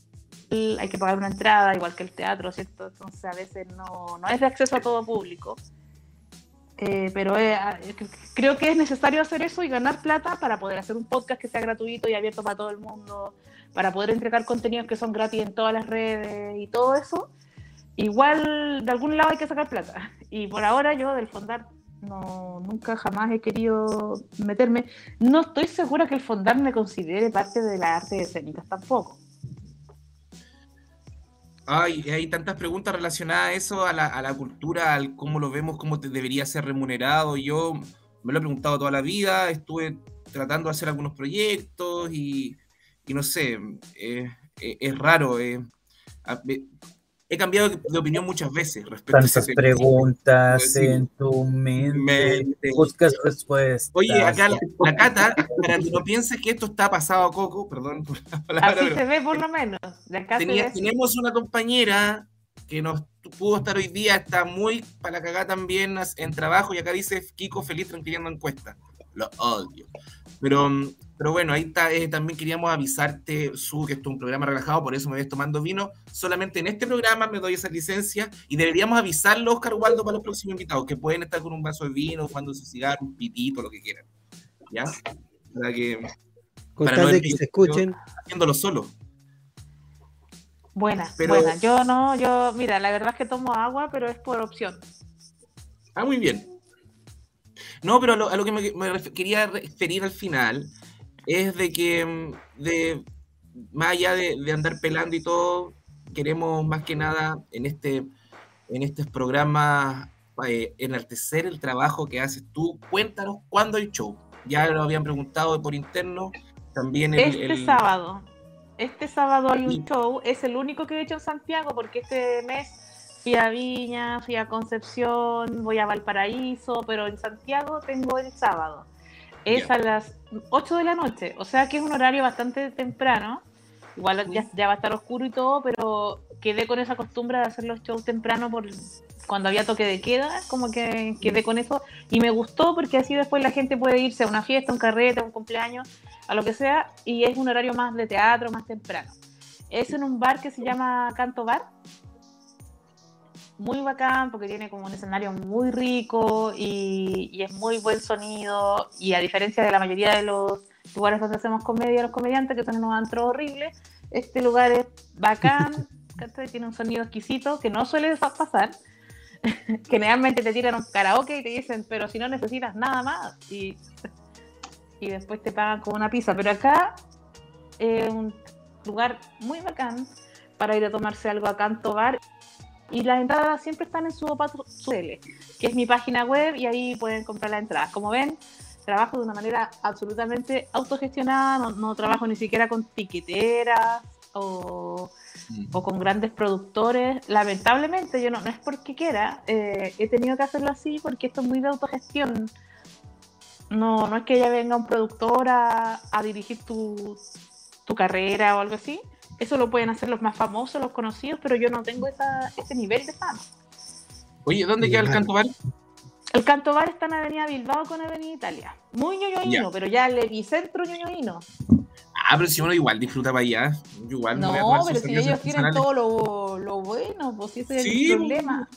hay que pagar una entrada, igual que el teatro, ¿cierto? Entonces a veces no, no es de acceso a todo público. Eh, pero eh, creo que es necesario hacer eso y ganar plata para poder hacer un podcast que sea gratuito y abierto para todo el mundo, para poder entregar contenidos que son gratis en todas las redes y todo eso. Igual de algún lado hay que sacar plata. Y por ahora yo del Fondar no, nunca jamás he querido meterme. No estoy segura que el Fondar me considere parte de las artes escénicas tampoco. Ay, hay tantas preguntas relacionadas a eso, a la, a la cultura, al cómo lo vemos, cómo te debería ser remunerado. Yo me lo he preguntado toda la vida, estuve tratando de hacer algunos proyectos y, y no sé, eh, eh, es raro. Eh, a- me- he cambiado de, de opinión muchas veces respecto a ese Tantas tema. preguntas Sí. en tu mente, Mente. buscas respuestas. Oye, acá la, la Cata, para que no pienses que esto está pasado a coco, perdón por la palabra, Así pero se ve por lo menos. De acá tenía- se ve. tenemos una compañera que nos pudo estar hoy día, está muy para la cagada también as- en trabajo, y acá dice Kiko feliz tranquilando encuesta. Lo odio. Pero, mm, pero bueno, ahí está, eh, también queríamos avisarte, Su, que esto es un programa relajado, por eso me ves tomando vino. Solamente en este programa me doy esa licencia y deberíamos avisarlo, Oscar Waldo, para los próximos invitados, que pueden estar con un vaso de vino, fumando su cigarro, un pitito, lo que quieran. ¿Ya? Para que, Con para tal no de ver que yo- se escuchen. haciéndolo solo. Buena, Pero- buena. Yo no, yo, mira, la verdad es que tomo agua, pero es por opción. Ah, muy bien. No, pero a lo, a lo que me, me ref- quería referir al final es de que, mm, de, más allá de, de andar pelando y todo, queremos más que nada en este, en estos programas eh, enaltecer el trabajo que haces tú. Cuéntanos cuándo hay show. Ya lo habían preguntado por interno. También el, Este el- sábado, este sábado hay un Sí. show, es el único que he hecho en Santiago porque este mes fui a Viña, fui a Concepción, voy a Valparaíso, pero en Santiago tengo el sábado. Es Ya. a las ocho de la noche, o sea que es un horario bastante temprano. Igual ya, ya va a estar oscuro y todo, pero quedé con esa costumbre de hacer los shows temprano por cuando había toque de queda, como que quedé con eso y me gustó porque así después la gente puede irse a una fiesta, a un carrete, a un cumpleaños, a lo que sea, y es un horario más de teatro, más temprano. Es en un bar que se llama Canto Bar, muy bacán porque tiene como un escenario muy rico y, y es muy buen sonido, y a diferencia de la mayoría de los lugares donde hacemos comedia, los comediantes, que son unos antros horribles, este lugar es bacán, ¿cachai? Tiene un sonido exquisito que no suele pasar. Generalmente te tiran un karaoke y te dicen, pero si no necesitas nada más, y, y después te pagan con una pizza, pero acá es un lugar muy bacán para ir a tomarse algo a Canto Bar, y las entradas siempre están en Sudopato L, que es mi página web, y ahí pueden comprar las entradas. Como ven, trabajo de una manera absolutamente autogestionada, no, no trabajo ni siquiera con tiqueteras o, o con grandes productores. Lamentablemente, yo no, no es porque quiera, eh, he tenido que hacerlo así porque esto es muy de autogestión. No, no es que ya venga un productor a, a dirigir tu, tu carrera o algo así. Eso lo pueden hacer los más famosos, los conocidos, pero yo no tengo esa, ese nivel de fama. Oye, ¿dónde queda el Canto Bar? El Canto Bar está en Avenida Bilbao con Avenida Italia. Muy ñoñoíno, Ya. pero ya el epicentro ñoñoíno. Ah, pero si uno igual disfruta para allá. Yo igual me voy a No, tomar sus pero si cervezas ellos tienen artesanales. todo lo, lo bueno, pues si ese es Sí, el problema.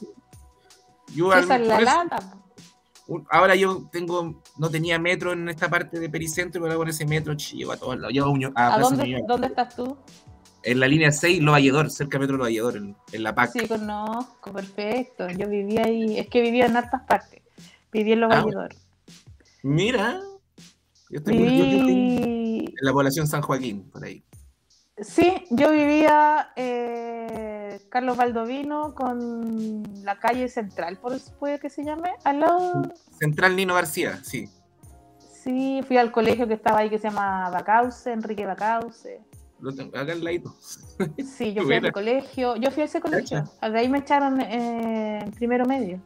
Yo al- Esa es la por eso- lata. un- ahora yo tengo, no tenía metro en esta parte de Pericentro, pero ahora con ese metro ch, llego a todos lados. Llego a, Uño- a ¿A Plaza dónde, Ñuñoa. dónde estás tú? En la línea seis, Lo Valledor, cerca de Metro Lo Valledor, en, en La Pac. Sí, conozco, perfecto. Yo vivía ahí, es que vivía en hartas partes. Viví en Los Ah, Valledor. Mira, yo estoy, yo estoy en Viví... la población San Joaquín, por ahí. Sí, yo vivía eh, Carlos Baldovino con la calle Central, por puede que se llame, al lado. Central Nino García, sí. Sí, fui al colegio que estaba ahí que se llama Bacauce, Enrique Bacauce. Lo tengo acá al ladito. Sí, yo fui a Buena. ese colegio, yo fui a ese colegio, de ahí me echaron eh, en primero medio.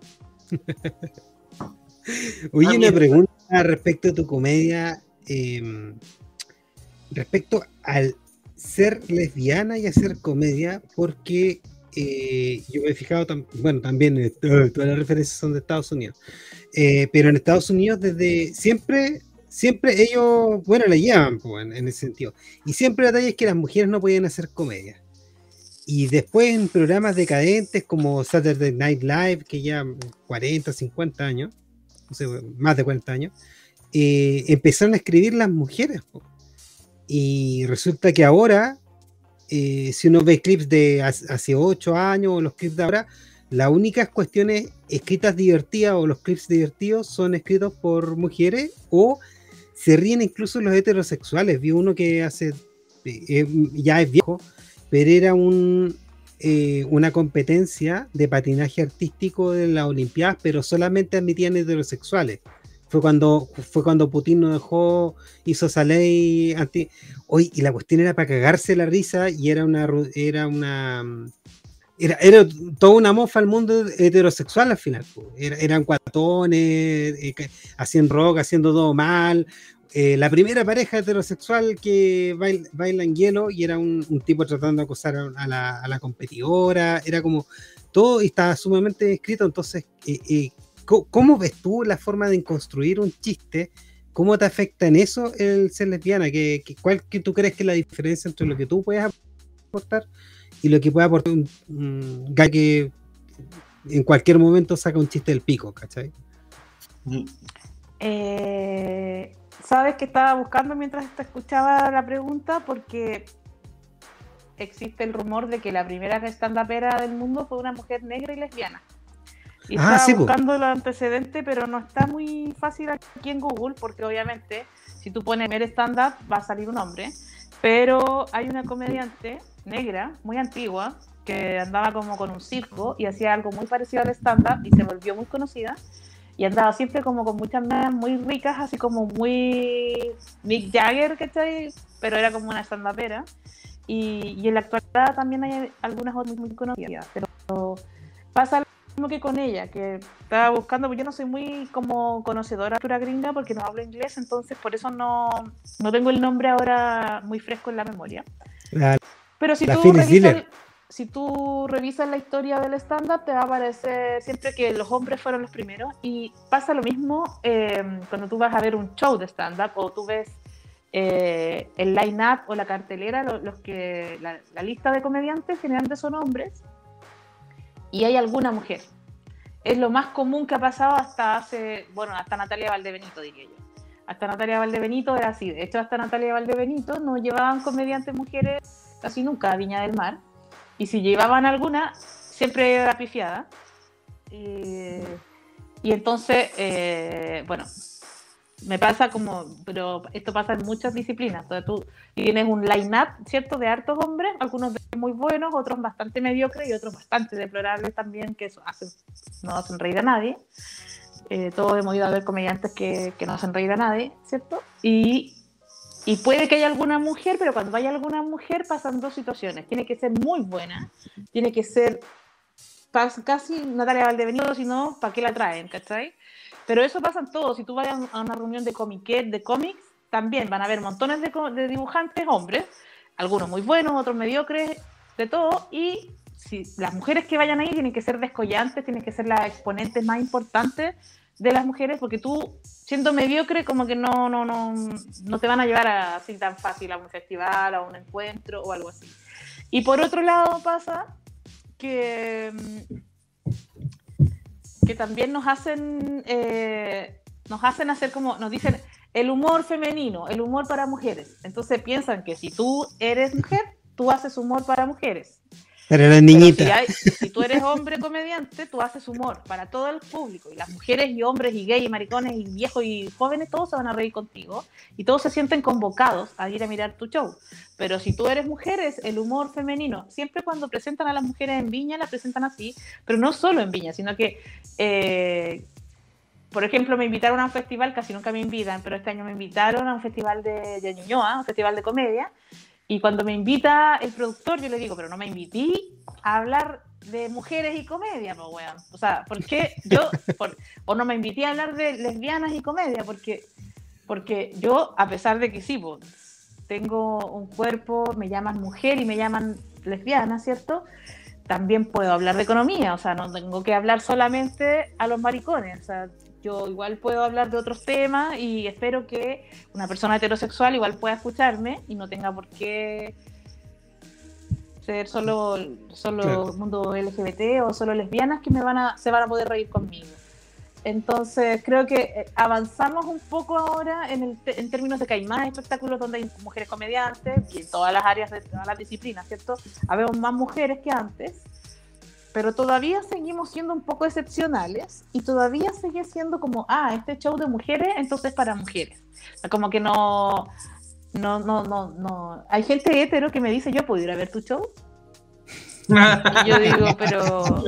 Oye, Ah, una mira. pregunta respecto a tu comedia, eh, respecto al ser lesbiana y hacer comedia, porque eh, yo me he fijado, tam- bueno, también eh, to- todas las referencias son de Estados Unidos, eh, pero en Estados Unidos desde siempre, siempre ellos, bueno, la llevan pues, en, en ese sentido, y siempre la talla es que las mujeres no podían hacer comedia. Y después en programas decadentes como Saturday Night Live, que ya cuarenta, cincuenta años, no sé, más de cuarenta años, eh, empezaron a escribir las mujeres. Po. Y resulta que ahora, eh, si uno ve clips de hace ocho años o los clips de ahora, las únicas cuestiones escritas divertidas o los clips divertidos son escritos por mujeres o se ríen incluso los heterosexuales. Vi uno que hace, eh, ya es viejo, pero era un, eh, una competencia de patinaje artístico de las Olimpiadas, pero solamente admitían heterosexuales. Fue cuando, fue cuando Putin nos dejó, hizo esa ley anti... Hoy, y la cuestión era para cagarse la risa y era una... Era una Era, era toda una mofa al mundo heterosexual al final. Era, eran cuatones, eh, hacían rock, haciendo todo mal. Eh, la primera pareja heterosexual que baila, baila en hielo y era un, un tipo tratando de acosar a la, a la competidora. Era como todo y estaba sumamente escrito. Entonces, eh, eh, ¿cómo ves tú la forma de construir un chiste? ¿Cómo te afecta en eso el ser lesbiana? ¿Qué, qué, ¿Cuál que tú crees que es la diferencia entre lo que tú puedes aportar y lo que puede aportar un, un guy que en cualquier momento saca un chiste del pico, ¿cachai? Eh, Sabes que estaba buscando mientras te escuchaba la pregunta porque existe el rumor de que la primera stand-upera del mundo fue una mujer negra y lesbiana. Y ah, estaba sí, buscando po. Los antecedentes, pero no está muy fácil aquí en Google porque obviamente si tú pones ver stand-up va a salir un hombre, pero hay una comediante negra, muy antigua, que andaba como con un circo y hacía algo muy parecido al stand-up y se volvió muy conocida y andaba siempre como con muchas medias muy ricas, así como muy Mick Jagger, ¿cachai? Pero era como una stand-upera y, y en la actualidad también hay algunas otras muy conocidas, pero pasa lo mismo que con ella, que estaba buscando, porque yo no soy muy como conocedora de la cultura gringa porque no hablo inglés, entonces por eso no, no tengo el nombre ahora muy fresco en la memoria. La, Pero si tú, revisas, si tú revisas la historia del stand-up, te va a aparecer siempre que los hombres fueron los primeros. Y pasa lo mismo eh, cuando tú vas a ver un show de stand-up o tú ves eh, el line-up o la cartelera, los, los que, la, la lista de comediantes generalmente son hombres y hay alguna mujer. Es lo más común que ha pasado hasta hace, bueno, hasta Natalia Valdebenito, diría yo. Hasta Natalia Valdebenito era así. De hecho, hasta Natalia Valdebenito no llevaban comediantes mujeres casi nunca a Viña del Mar. Y si llevaban alguna, siempre era pifiada. Y, y entonces, eh, bueno, me pasa como, pero esto pasa en muchas disciplinas. Entonces tú tienes un line-up, ¿cierto?, de hartos hombres, algunos muy buenos, otros bastante mediocres y otros bastante deplorables también, que hacen, no hacen reír a nadie. Eh, todos hemos ido a ver comediantes que, que no hacen reír a nadie, ¿cierto? Y, y puede que haya alguna mujer, pero cuando vaya alguna mujer pasan dos situaciones. Tiene que ser muy buena, tiene que ser casi Natalia Valdebenito, si no, ¿para qué la traen? ¿Cachai? Pero eso pasa en todo. Si tú vas a una reunión de comiquet, de cómics, también van a haber montones de, de dibujantes hombres, algunos muy buenos, otros mediocres, de todo, y si las mujeres que vayan ahí tienen que ser descollantes, tienen que ser las exponentes más importantes de las mujeres, porque tú, siendo mediocre, como que no, no, no, no te van a llevar a, así tan fácil a un festival, a un encuentro o algo así. Y por otro lado pasa que, que también nos hacen, eh, nos hacen hacer como, nos dicen, el humor femenino, el humor para mujeres. Entonces piensan que si tú eres mujer, tú haces humor para mujeres. Pero la niñita. Pero si, hay, si tú eres hombre comediante, tú haces humor para todo el público. Y las mujeres y hombres y gays y maricones y viejos y jóvenes, todos se van a reír contigo. Y todos se sienten convocados a ir a mirar tu show. Pero si tú eres mujer, es el humor femenino. Siempre cuando presentan a las mujeres en Viña, las presentan así. Pero no solo en Viña, sino que... Eh, por ejemplo, me invitaron a un festival, casi nunca me invitan, pero este año me invitaron a un festival de, de Ñuñoa, un festival de comedia. Y cuando me invita el productor, yo le digo, pero no me invité a hablar de mujeres y comedia, pues, weón. O sea, ¿por qué yo? Por, o no me invité a hablar de lesbianas y comedia, porque, porque yo, a pesar de que sí, pues, tengo un cuerpo, me llaman mujer y me llaman lesbiana, ¿cierto? También puedo hablar de economía, o sea, no tengo que hablar solamente a los maricones, o sea, yo igual puedo hablar de otros temas y espero que una persona heterosexual igual pueda escucharme y no tenga por qué ser solo, solo claro. mundo L G B T o solo lesbianas que me van a, se van a poder reír conmigo. Entonces creo que eh, avanzamos un poco ahora en, el te- en términos de que hay más espectáculos donde hay mujeres comediantes y en todas las áreas de todas las disciplinas, ¿cierto? Habemos más mujeres que antes, pero todavía seguimos siendo un poco excepcionales y todavía sigue siendo como, ah, este show de mujeres, entonces para mujeres. O sea, como que no, no, no, no, no. Hay gente hetero que me dice, yo puedo ir a ver tu show. Y yo digo, pero...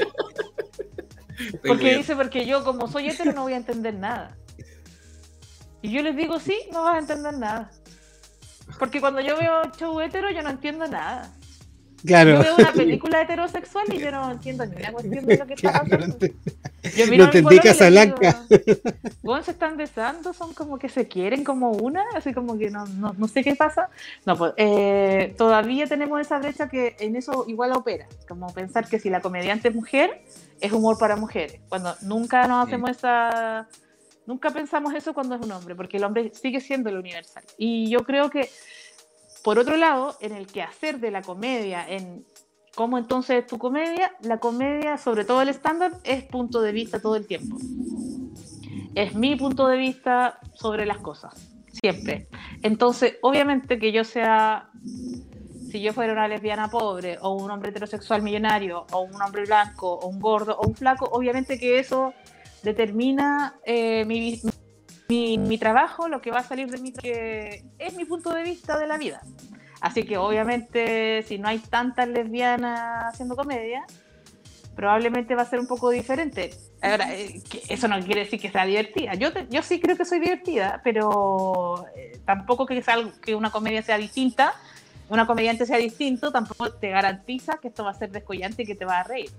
Porque dice, porque yo como soy hetero no voy a entender nada. Y yo les digo, sí, no vas a entender nada. Porque cuando yo veo show hetero yo no entiendo nada. Claro. Yo veo una película heterosexual y yo no entiendo ni una cuestión de lo que está Claro, pasando. no te- Yo miro no a mi entendí pololo y le Casablanca. digo, bueno, se están besando, son como que se quieren como una, así como que no, no, no sé qué pasa. No, pues eh, todavía tenemos esa brecha que en eso igual opera, como pensar que si la comediante es mujer, es humor para mujeres, cuando nunca nos hacemos esa... Nunca pensamos eso cuando es un hombre, porque el hombre sigue siendo el universal. Y yo creo que, por otro lado, en el quehacer de la comedia, en cómo entonces es tu comedia, la comedia, sobre todo el stand-up, es punto de vista todo el tiempo. Es mi punto de vista sobre las cosas, siempre. Entonces, obviamente que yo sea, si yo fuera una lesbiana pobre, o un hombre heterosexual millonario, o un hombre blanco, o un gordo, o un flaco, obviamente que eso determina eh, mi, mi, mi trabajo, lo que va a salir de mí, que es mi punto de vista de la vida. Así que obviamente si no hay tantas lesbianas haciendo comedia, probablemente va a ser un poco diferente. Ahora, eh, que eso no quiere decir que sea divertida. Yo, te, yo sí creo que soy divertida, pero eh, tampoco que, sea algo, que una comedia sea distinta, una comediante sea distinto, tampoco te garantiza que esto va a ser descollante y que te vas a reír.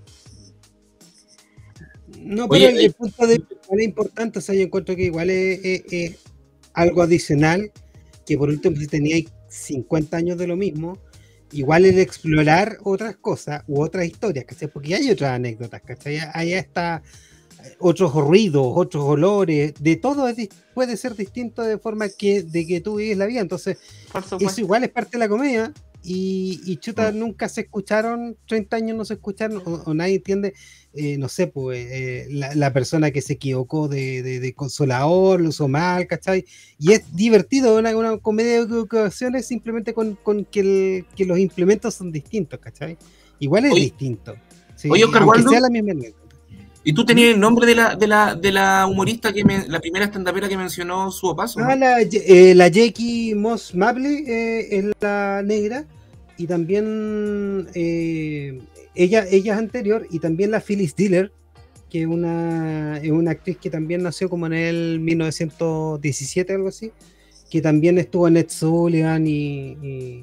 No, pero Oye, el, el punto de vista igual es importante, o sea, yo encuentro que igual es, es- es algo adicional, que por último si teníais cincuenta años de lo mismo, igual el explorar otras cosas u otras historias, ¿cachai? Porque hay otras anécdotas, ¿cachai? Hay hasta otros ruidos, otros olores, de todo es dis- puede ser distinto de forma que, de que tú vives la vida, entonces Por supuesto. eso igual es parte de la comedia. Y, y chuta, nunca se escucharon, treinta años no se escucharon, o, o nadie entiende, eh, no sé, pues eh, la, la persona que se equivocó de, de, de consolador, lo usó mal, ¿cachai? Y es divertido, una, una comedia de ocasiones simplemente con, con que, el, que los implementos son distintos, ¿cachai? Igual es Oye, distinto. ¿Sí? oye, Oscar Aunque Waldo, sea la misma anécdota. ¿y tú tenías el nombre de la, de la, de la humorista, que me, la primera estandapera que mencionó su opaso, Ah, ¿no? la, eh, la Jackie Moss Mabley eh, es la negra, y también eh, ella, ella es anterior, y también la Phyllis Diller, que es una, es una actriz que también nació como en el mil novecientos diecisiete, algo así, que también estuvo en Ed Sullivan y, y,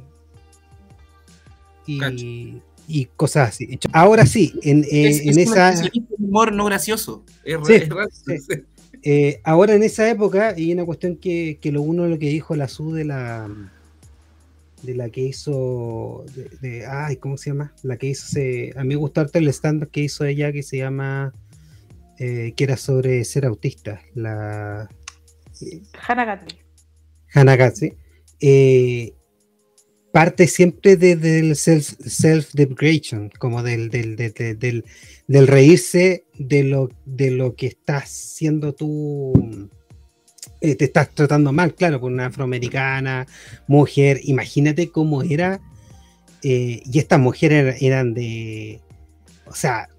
Cacho. y, y cosas así. Ahora sí, en, eh, Es, en es un esa... especialista en humor no gracioso. Es, Sí, re- es raro. sí. Eh, ahora en esa época, y una cuestión que, que lo uno lo que dijo la Su de la de la que hizo de, de- ay, ¿cómo se llama? La que hizo ese, a mí me gustó harto el stand que hizo ella, que se llama eh, que era sobre ser autista, la eh, Hannah Gatsby. Hannah Gatsby, eh, parte siempre de, del self, self-deprecation, como del, del, del, del, del, del reírse de lo, de lo que estás siendo tú, eh, te estás tratando mal, claro, por una afroamericana, mujer, imagínate cómo era, eh, y estas mujeres eran, eran de, o sea,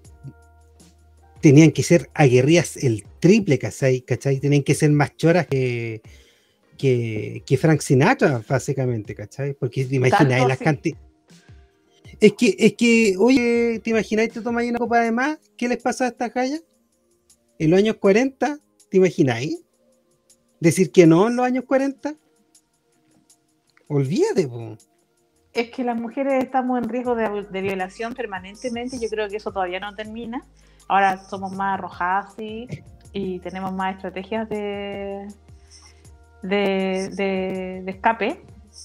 tenían que ser aguerridas el triple, ¿cachai? ¿cachai? Tenían que ser más choras que Que, que Frank Sinatra, básicamente, ¿cachai? Porque te imaginas Tanto las así. cantidades. Es que, es que, oye, ¿te imagináis te tomáis una copa de más? ¿Qué les pasa a estas gallas? En los años cuarenta, ¿te imagináis? Decir que no en los años cuarenta. Olvídate, po. Es que las mujeres estamos en riesgo de, de violación permanentemente. Yo creo que eso todavía no termina. Ahora somos más arrojadas sí, y tenemos más estrategias de, de, de, de escape.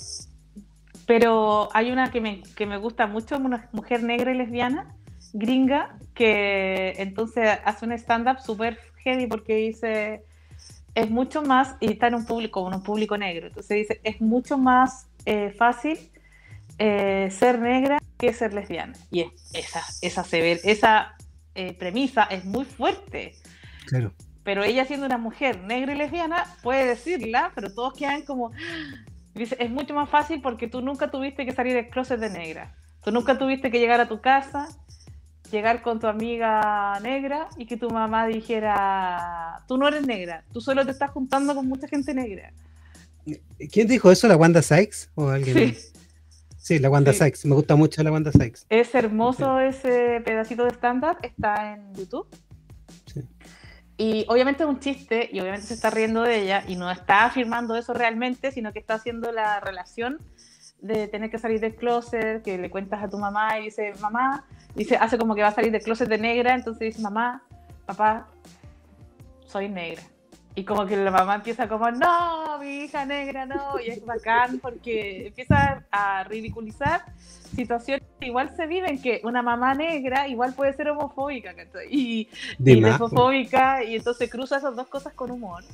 Pero hay una que me, que me gusta mucho, una mujer negra y lesbiana, gringa, que entonces hace un stand-up súper heavy porque dice, es mucho más, y está en un público, en un público negro, entonces dice, es mucho más eh, fácil eh, ser negra que ser lesbiana. Y es, esa, esa, sever, esa eh, premisa es muy fuerte. Claro. Pero ella siendo una mujer negra y lesbiana puede decirla, pero todos quedan como... Dice, es mucho más fácil porque tú nunca tuviste que salir del closet de negra. Tú nunca tuviste que llegar a tu casa, llegar con tu amiga negra y que tu mamá dijera, tú no eres negra, tú solo te estás juntando con mucha gente negra. ¿Quién dijo eso? ¿La Wanda Sykes? ¿O alguien? Sí. Sí, la Wanda Sí. Sykes. Me gusta mucho la Wanda Sykes. Es hermoso ese pedacito de stand-up, está en YouTube. Sí. Y obviamente es un chiste, y obviamente se está riendo de ella, y no está afirmando eso realmente, sino que está haciendo la relación de tener que salir del closet, que le cuentas a tu mamá y dice, mamá, dice, hace como que va a salir del closet de negra, entonces dice, mamá, papá, soy negra. Y como que la mamá empieza como, no, mi hija negra, no, y es bacán porque empieza a ridiculizar situaciones que igual se viven, que una mamá negra igual puede ser homofóbica, ¿cachai? Y, y lesbofóbica, y entonces cruza esas dos cosas con humor.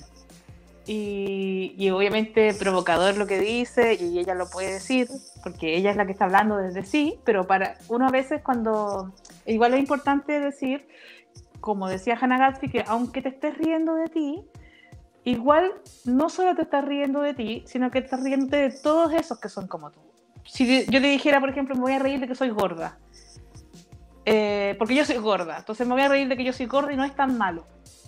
Y, y obviamente provocador lo que dice, y ella lo puede decir, porque ella es la que está hablando desde sí, pero para uno a veces cuando, igual es importante decir, como decía Hannah Gadsby, que aunque te estés riendo de ti, igual no solo te estás riendo de ti, sino que te estás riendo de todos esos que son como tú. Si yo te dijera, por ejemplo, me voy a reír de que soy gorda, eh, porque yo soy gorda, entonces me voy a reír de que yo soy gorda y no es tan malo.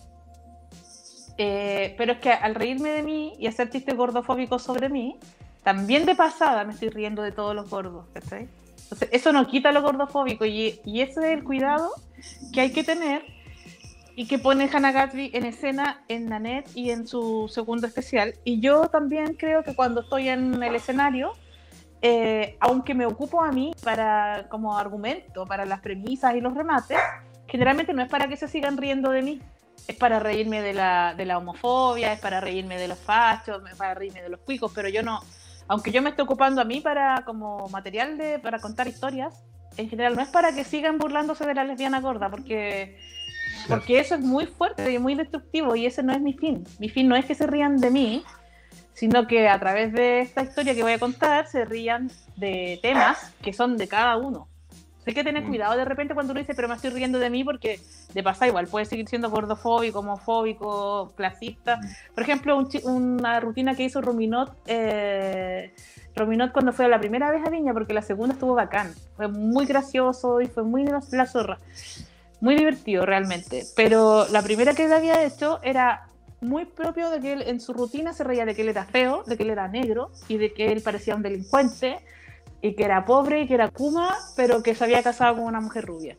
Eh, pero es que al reírme de mí y hacer chistes gordofóbicos sobre mí, también de pasada me estoy riendo de todos los gordos, ¿cachai? Entonces eso no quita lo gordofóbico, y, y ese es el cuidado que hay que tener, y que pone Hannah Gadsby en escena en Nanette y en su segundo especial. Y yo también creo que cuando estoy en el escenario, eh, aunque me ocupo a mí para como argumento, para las premisas y los remates, generalmente no es para que se sigan riendo de mí, es para reírme de la, de la homofobia, es para reírme de los fachos, es para reírme de los cuicos, pero yo no, aunque yo me esté ocupando a mí para como material de, para contar historias, en general no es para que sigan burlándose de la lesbiana gorda, porque... porque eso es muy fuerte y muy destructivo, y ese no es mi fin. Mi fin no es que se rían de mí, sino que a través de esta historia que voy a contar se rían de temas que son de cada uno. Hay que tener cuidado de repente cuando uno dice, pero me estoy riendo de mí, porque de pasada igual puede seguir siendo gordofóbico, homofóbico, clasista. Por ejemplo, un chi- una rutina que hizo Ruminot, eh, Ruminot cuando fue la primera vez a Viña, porque la segunda estuvo bacán. Fue muy gracioso y fue muy la zorra. Muy divertido realmente, pero la primera que él había hecho era muy propio de que él en su rutina se reía de que él era feo, de que él era negro y de que él parecía un delincuente y que era pobre y que era kuma, pero que se había casado con una mujer rubia.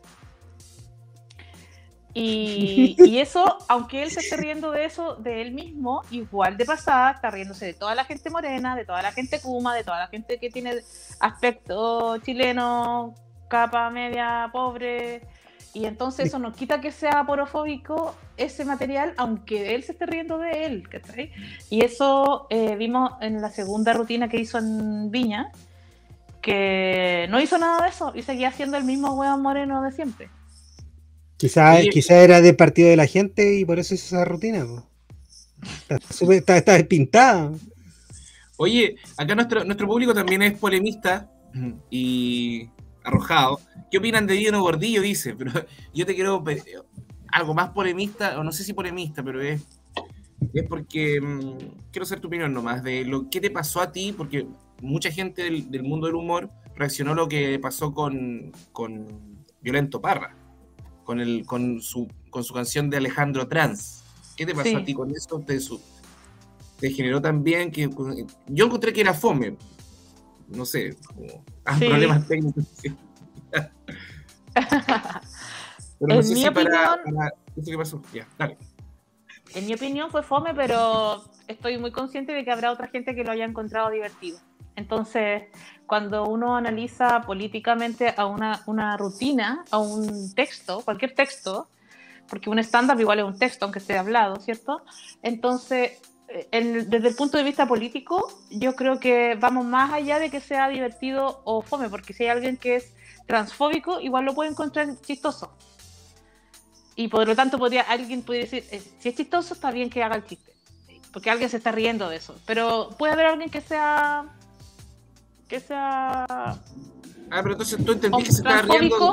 Y, y eso, aunque él se esté riendo de eso de él mismo, igual de pasada está riéndose de toda la gente morena, de toda la gente kuma, de toda la gente que tiene aspecto chileno, capa media, pobre. Y entonces eso nos quita que sea aporofóbico ese material, aunque él se esté riendo de él, ¿cachai? Y eso eh, vimos en la segunda rutina que hizo en Viña, que no hizo nada de eso y seguía siendo el mismo hueón moreno de siempre. Quizá, Oye, quizá era del partido de la gente y por eso hizo esa rutina. Po. Está, súper- está, está despintada. Oye, acá nuestro, nuestro público también es polemista y arrojado. ¿Qué opinan de Dino Gordillo? Dice, pero yo te quiero pe- algo más polemista, o no sé si polemista, pero es, es porque mmm, quiero saber tu opinión nomás de lo que te pasó a ti, porque mucha gente del, del mundo del humor reaccionó a lo que pasó con, con Violento Parra, con, el, con, su, con su canción de Alejandro Trans. ¿Qué te pasó Sí. a ti con eso? ¿Te, su- te generó también que... Yo encontré que era fome, no sé, como, ah, Sí. problemas técnicos. Pero no En sé mi si para, opinión- para eso que pasó. Ya, dale. En mi opinión fue fome, pero estoy muy consciente de que habrá otra gente que lo haya encontrado divertido. Entonces, cuando uno analiza políticamente a una, una rutina, a un texto, cualquier texto, porque un stand-up igual es un texto, aunque esté hablado, ¿cierto? Entonces, en, desde el punto de vista político, yo creo que vamos más allá de que sea divertido o fome, porque si hay alguien que es transfóbico, igual lo puede encontrar chistoso. Y por lo tanto, podría, alguien podría decir, eh, si es chistoso, está bien que haga el chiste, porque alguien se está riendo de eso. Pero puede haber alguien que sea... que sea... Ah, pero entonces tú entendí o que se estaba riendo. transfóbico.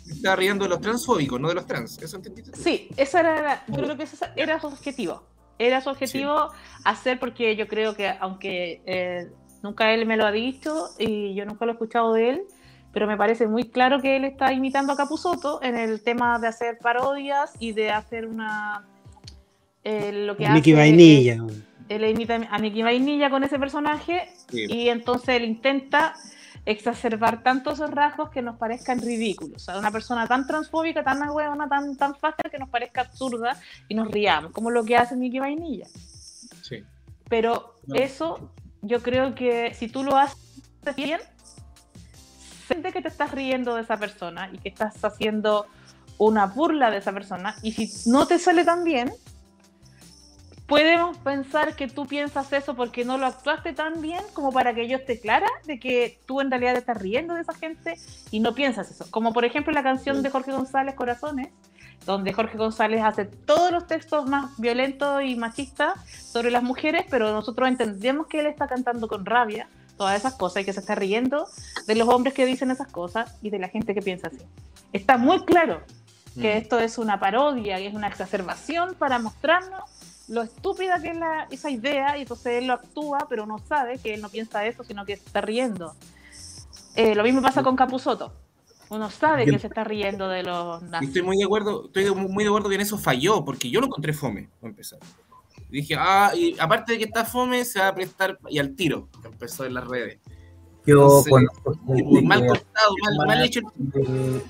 Estaba riendo de los transfóbicos, no de los trans. ¿Eso entendiste tú? Sí, esa era la- yo creo que ese era su objetivo. Era su objetivo hacer, porque yo creo que, aunque eh, nunca él me lo ha dicho y yo nunca lo he escuchado de él, pero me parece muy claro que él está imitando a Capusotto en el tema de hacer parodias y de hacer una... eh, lo que Mickey hace Vainilla. es- él imita a Mickey Vainilla con ese personaje Sí. y entonces él intenta exacerbar tanto esos rasgos que nos parezcan ridículos. O sea, una persona tan transfóbica, tan huevona, tan, tan fácil que nos parezca absurda y nos riamos, como lo que hace Mickey Vainilla. Sí. Pero No. eso, yo creo que si tú lo haces bien, siente que te estás riendo de esa persona y que estás haciendo una burla de esa persona, y si no te sale tan bien, podemos pensar que tú piensas eso porque no lo actuaste tan bien como para que yo esté clara de que tú en realidad te estás riendo de esa gente y no piensas eso. Como por ejemplo la canción de Jorge González, Corazones, donde Jorge González hace todos los textos más violentos y machistas sobre las mujeres, pero nosotros entendemos que él está cantando con rabia todas esas cosas y que se está riendo de los hombres que dicen esas cosas y de la gente que piensa así. Está muy claro que Mm. esto es una parodia, que es una exacerbación para mostrarnos lo estúpida que es la, esa idea, y entonces él lo actúa, pero no sabe que él no piensa eso, sino que se está riendo. Eh, lo mismo pasa con Capusotto. Uno sabe Yo- que se está riendo de los Y nazis. estoy muy de acuerdo, estoy de- muy de acuerdo que en eso falló, porque yo lo encontré fome, para empezar. Dije, ah, y aparte de que está fome, se va a prestar, y al tiro, que empezó en las redes. Yo Entonces, conozco gente Mal que cortado, mal, mal hecho. eh,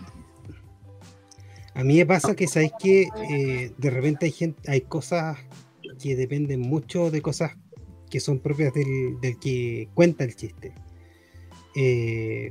A mí me pasa que, ¿sabéis que eh, de repente hay gente, hay cosas que dependen mucho de cosas que son propias del, del que cuenta el chiste? Eh,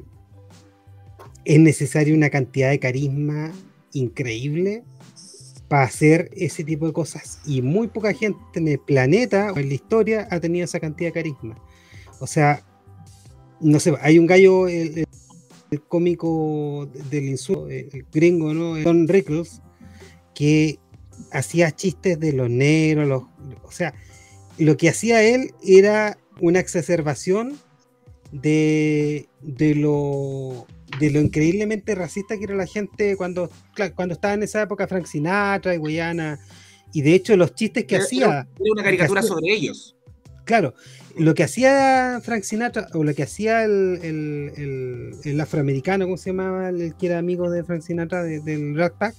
es necesaria una cantidad de carisma increíble para hacer ese tipo de cosas, y muy poca gente en el planeta o en la historia ha tenido esa cantidad de carisma. O sea, no sé, hay un gallo, el, el- el cómico del insulto, el gringo, ¿no? Don Rickles, que hacía chistes de los negros, los, o sea, lo que hacía él era una exacerbación de, de lo de lo increíblemente racista que era la gente cuando, claro, cuando estaba en esa época Frank Sinatra y Guyana, y de hecho los chistes que Era- hacía, era una caricatura que hacía- sobre ellos. claro, lo que hacía Frank Sinatra, o lo que hacía el, el, el, el afroamericano, ¿cómo se llamaba? El que era amigo de Frank Sinatra, de- del Rat Pack,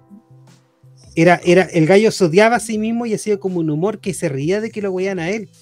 era, era, el gallo se odiaba a sí mismo y hacía como un humor que se reía de que lo veían a él.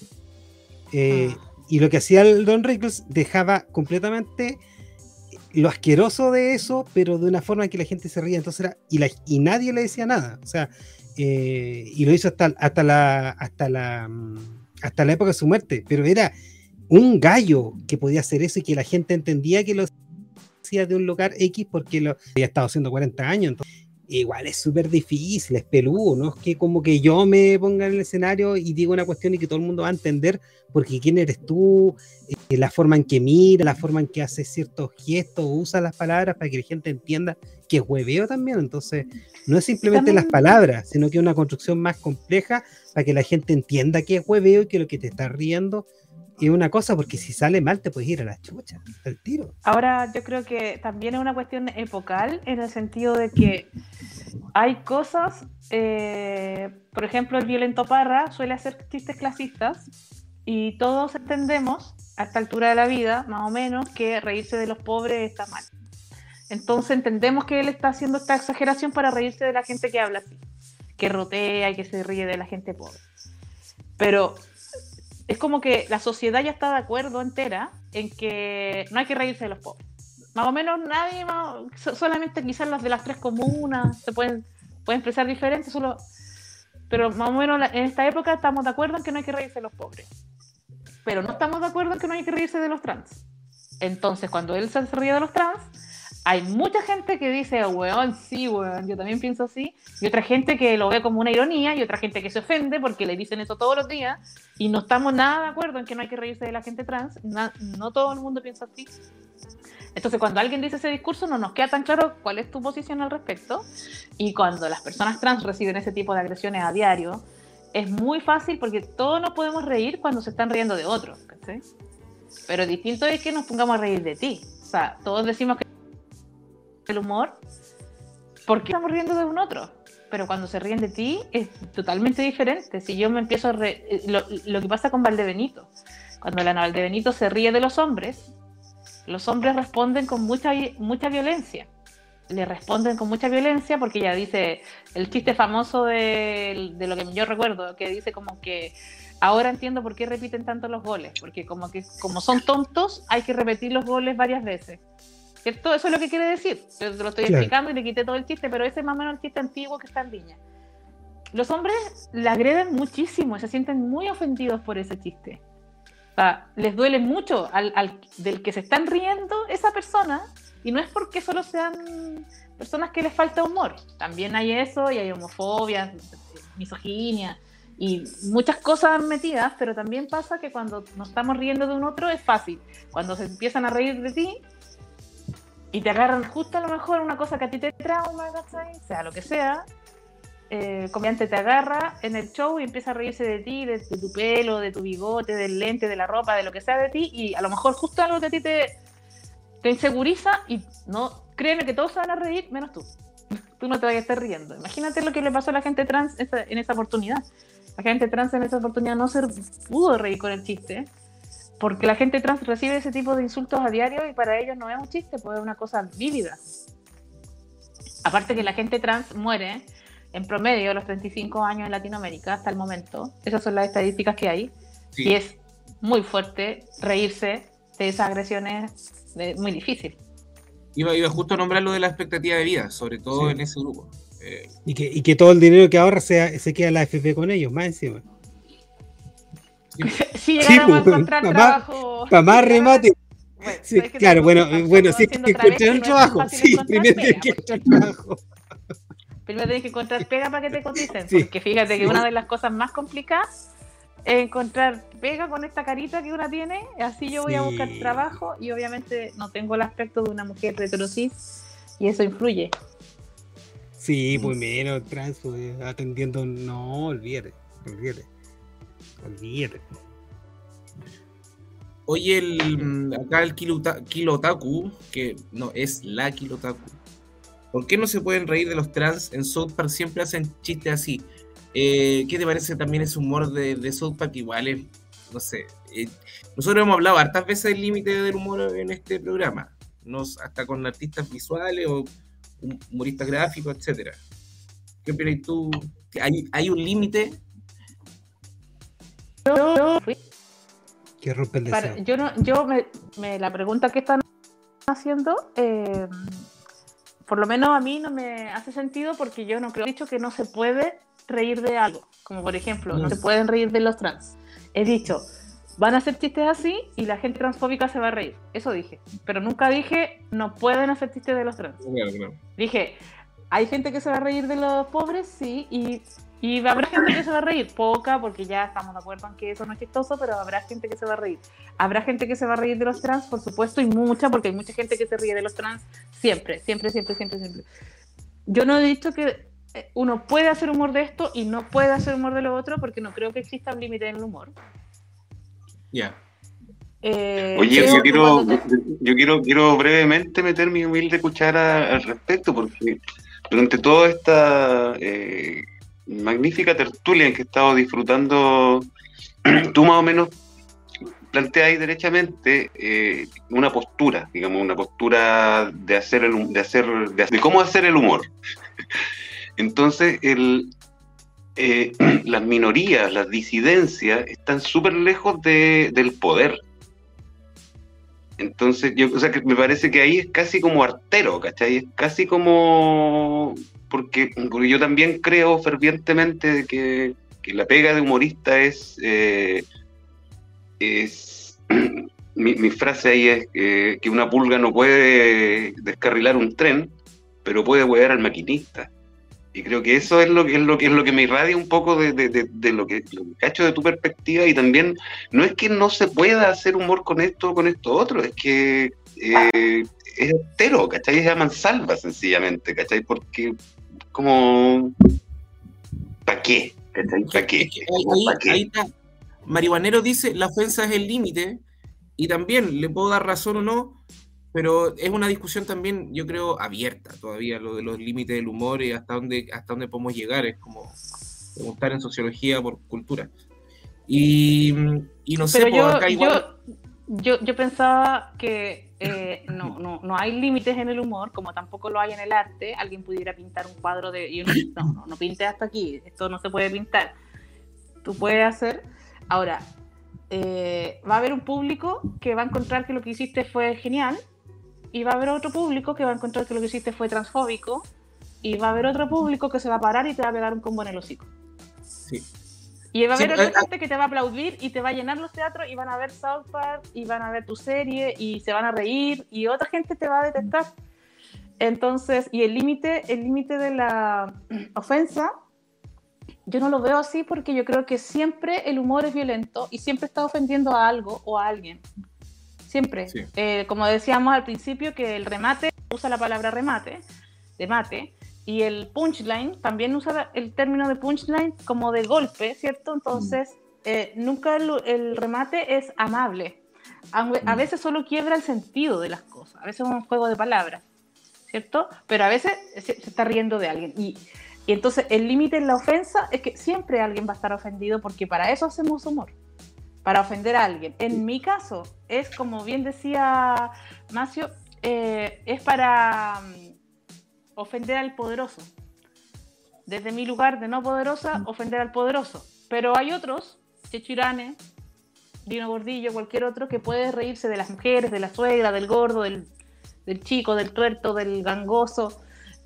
Eh, y lo que hacía el Don Rickles dejaba completamente lo asqueroso de eso, pero de una forma que la gente se ría. Entonces era, y, la, y nadie le decía nada. O sea, eh, y lo hizo hasta, hasta la hasta la mm, hasta la época de su muerte. Pero era un gallo que podía hacer eso y que la gente entendía que lo hacía de un lugar X porque lo había estado haciendo cuarenta años. Entonces, igual es súper difícil, es peludo, no es que como que yo me ponga en el escenario y diga una cuestión y que todo el mundo va a entender, porque quién eres tú, eh, la forma en que mira, la forma en que hace ciertos gestos, usa las palabras para que la gente entienda que es hueveo también. Entonces no es simplemente También- las palabras, sino que es una construcción más compleja para que la gente entienda que es hueveo y que lo que te está riendo es una cosa, porque si sale mal te puedes ir a la chucha, al tiro. Ahora yo creo que también es una cuestión epocal en el sentido de que hay cosas, eh, por ejemplo, el Violento Parra suele hacer chistes clasistas y todos entendemos a esta altura de la vida, más o menos, que reírse de los pobres está mal. Entonces entendemos que él está haciendo esta exageración para reírse de la gente que habla así, que rotea y que se ríe de la gente pobre. Pero es como que la sociedad ya está de acuerdo entera en que no hay que reírse de los pobres. Más o menos nadie, más, solamente quizás las de las tres comunas se pueden, pueden expresar diferentes, solo, pero más o menos en esta época estamos de acuerdo en que no hay que reírse de los pobres. Pero no estamos de acuerdo en que no hay que reírse de los trans. Entonces, cuando él se ríe de los trans, hay mucha gente que dice, weón, sí, weón, yo también pienso así, y otra gente que lo ve como una ironía, y otra gente que se ofende porque le dicen eso todos los días, y no estamos nada de acuerdo en que no hay que reírse de la gente trans, na- no todo el mundo piensa así. Entonces, cuando alguien dice ese discurso, no nos queda tan claro cuál es tu posición al respecto, y cuando las personas trans reciben ese tipo de agresiones a diario, es muy fácil porque todos nos podemos reír cuando se están riendo de otros, ¿cachai? Pero distinto es que nos pongamos a reír de ti. O sea, todos decimos que el humor porque estamos riendo de un otro, pero cuando se ríen de ti es totalmente diferente. Si yo me empiezo a re... lo, lo que pasa con Valdebenito, cuando la Valdebenito se ríe de los hombres, los hombres responden con mucha, mucha violencia. Le responden con mucha violencia porque ella dice el chiste famoso de, de lo que yo recuerdo, que dice como que ahora entiendo por qué repiten tanto los goles, porque como que como son tontos hay que repetir los goles varias veces, ¿cierto? Eso es lo que quiere decir. Yo te lo estoy Claro. explicando y le quité todo el chiste, pero ese es más o menos el chiste antiguo que está en Viña. Los hombres le agreden muchísimo, se sienten muy ofendidos por ese chiste. O sea, les duele mucho al, al del que se están riendo esa persona, y no es porque solo sean personas que les falta humor. También hay eso, y hay homofobia, misoginia, y muchas cosas metidas, pero también pasa que cuando nos estamos riendo de un otro es fácil. Cuando se empiezan a reír de ti, y te agarran justo a lo mejor una cosa que a ti te trauma, ¿cachai? Sea lo que sea, eh, el comediante te agarra en el show y empieza a reírse de ti, de, de tu pelo, de tu bigote, del lente, de la ropa, de lo que sea de ti, y a lo mejor justo algo que a ti te, te inseguriza, y no, créeme que todos se van a reír, menos tú. Tú no te vayas a estar riendo. Imagínate lo que le pasó a la gente trans esa, en esa oportunidad. La gente trans en esa oportunidad no se pudo reír con el chiste, porque la gente trans recibe ese tipo de insultos a diario y para ellos no es un chiste, pues es una cosa vívida. Aparte que la gente trans muere en promedio a los treinta y cinco años en Latinoamérica hasta el momento. Esas son las estadísticas que hay. Sí. Y es muy fuerte reírse de esas agresiones, de, muy difícil. Iba, iba justo a nombrar lo de la expectativa de vida, sobre todo Sí. en ese grupo. Eh, Y que, y que todo el dinero que ahorra sea, se queda en la A F P con ellos, más encima. Si llegáramos pues, a encontrar pa' más- trabajo... Para más remate. Bueno, Sí, ¿sabes qué? claro, Te- bueno, sobre bueno, todo sí, siendo que encontrar travesti un no es tan trabajo. fácil Sí, encontrar primero tienes pega, que porque- encontrar trabajo. Primero tienes que encontrar pega para que te coticen, Sí. porque fíjate que Sí. una de las cosas más complicadas es encontrar pega con esta carita que una tiene, así yo voy a buscar Sí. trabajo y obviamente no tengo el aspecto de una mujer heterosis y eso influye. Sí, pues menos trans, pues, atendiendo, no, olvídate, olvídate, olvídate. Oye, el, mm, acá el Kilota- Kilotaku, que no es la Kilotaku, ¿por qué no se pueden reír de los trans? En South Park siempre hacen chistes así. Eh, ¿Qué te parece también ese humor de, de South Park? Igual es, no sé, eh, nosotros hemos hablado hartas veces del límite del humor en este programa, nos, hasta con artistas visuales o hum- humoristas gráficos, etcétera. ¿Qué opinas tú? ¿Hay, hay un límite? Que rompe el Para- deseo. yo no, yo me, me- la pregunta que están haciendo, eh, por lo menos a mí no me hace sentido porque yo no creo, he dicho que no se puede reír de algo, como por ejemplo, no se pueden reír de los trans. He dicho, van a hacer chistes así y la gente transfóbica se va a reír. Eso dije, pero nunca dije no pueden hacer chistes de los trans. Claro, claro. Dije, hay gente que se va a reír de los pobres, sí, y, y habrá gente que se va a reír, poca, porque ya estamos de acuerdo en que eso no es chistoso, pero habrá gente que se va a reír. Habrá gente que se va a reír de los trans, por supuesto, y mucha, porque hay mucha gente que se ríe de los trans siempre, siempre, siempre, siempre, siempre. Yo no he dicho que eh, uno puede hacer humor de esto y no puede hacer humor de lo otro, porque no creo que exista un límite en el humor. Ya. Eh, Oye, creo yo que quiero, cuando te- yo quiero, quiero brevemente meter mi humilde cuchara al respecto, porque durante toda esta eh, magnífica tertulia en que he estado disfrutando, tú más o menos planteas ahí derechamente eh, una postura, digamos, una postura de hacer el, de hacer, de, de cómo hacer el humor. Entonces, el, eh, las minorías, las disidencias, están súper lejos de, del poder. Entonces, yo, o sea, que me parece que ahí es casi como artero, ¿cachai? Es casi como... Porque, porque yo también creo fervientemente de que, que la pega de humorista es... Eh, es mi, mi frase ahí es eh, que una pulga no puede descarrilar un tren, pero puede huear al maquinista. Y creo que eso es lo que es lo que es lo que me irradia un poco de, de, de, de lo, que, lo que cacho de tu perspectiva. Y también no es que no se pueda hacer humor con esto o con esto otro, es que eh, es entero, ¿cachai? Es a mansalva sencillamente, ¿cachai? Porque como ¿para qué? ¿Cachai? ¿Para qué? Es que ahí, ¿Para qué? ahí está. Marihuanero dice, la ofensa es el límite, y también le puedo dar razón o no, pero es una discusión también, yo creo, abierta todavía, lo de los límites del humor y hasta dónde, hasta dónde podemos llegar, es como preguntar en sociología por cultura. Y, y no sé, Pero pues yo, acá igual... yo, yo, yo pensaba que eh, no, no, no hay límites en el humor, como tampoco lo hay en el arte. Alguien pudiera pintar un cuadro de... Y uno, no, no, no pintes hasta aquí, esto no se puede pintar. Tú puedes hacer... Ahora, eh, va a haber un público que va a encontrar que lo que hiciste fue genial, y va a haber otro público que va a encontrar que lo que hiciste fue transfóbico, y va a haber otro público que se va a parar y te va a pegar un combo en el hocico. Sí. Y va a Sí, haber otra eh, gente que te va a aplaudir y te va a llenar los teatros y van a ver South Park y van a ver tu serie y se van a reír, y otra gente te va a detestar. Entonces, y el límite el límite de la ofensa, yo no lo veo así, porque yo creo que siempre el humor es violento y siempre está ofendiendo a algo o a alguien. Siempre. Sí. Eh, como decíamos al principio, que el remate usa la palabra remate, de mate, y el punchline también usa el término de punchline como de golpe, ¿cierto? Entonces, eh, nunca el, el remate es amable. A, a veces solo quiebra el sentido de las cosas, a veces es un juego de palabras, ¿cierto? Pero a veces se, se está riendo de alguien. Y, y entonces el límite en la ofensa es que siempre alguien va a estar ofendido, porque para eso hacemos humor, para ofender a alguien. En mi caso, es como bien decía Macio, eh, es para... ofender al poderoso. Desde mi lugar de no poderosa, ofender al poderoso. Pero hay otros, Checho Irane, Dino Gordillo, cualquier otro, que puede reírse de las mujeres, de la suegra, del gordo, del, del chico, del tuerto, del gangoso.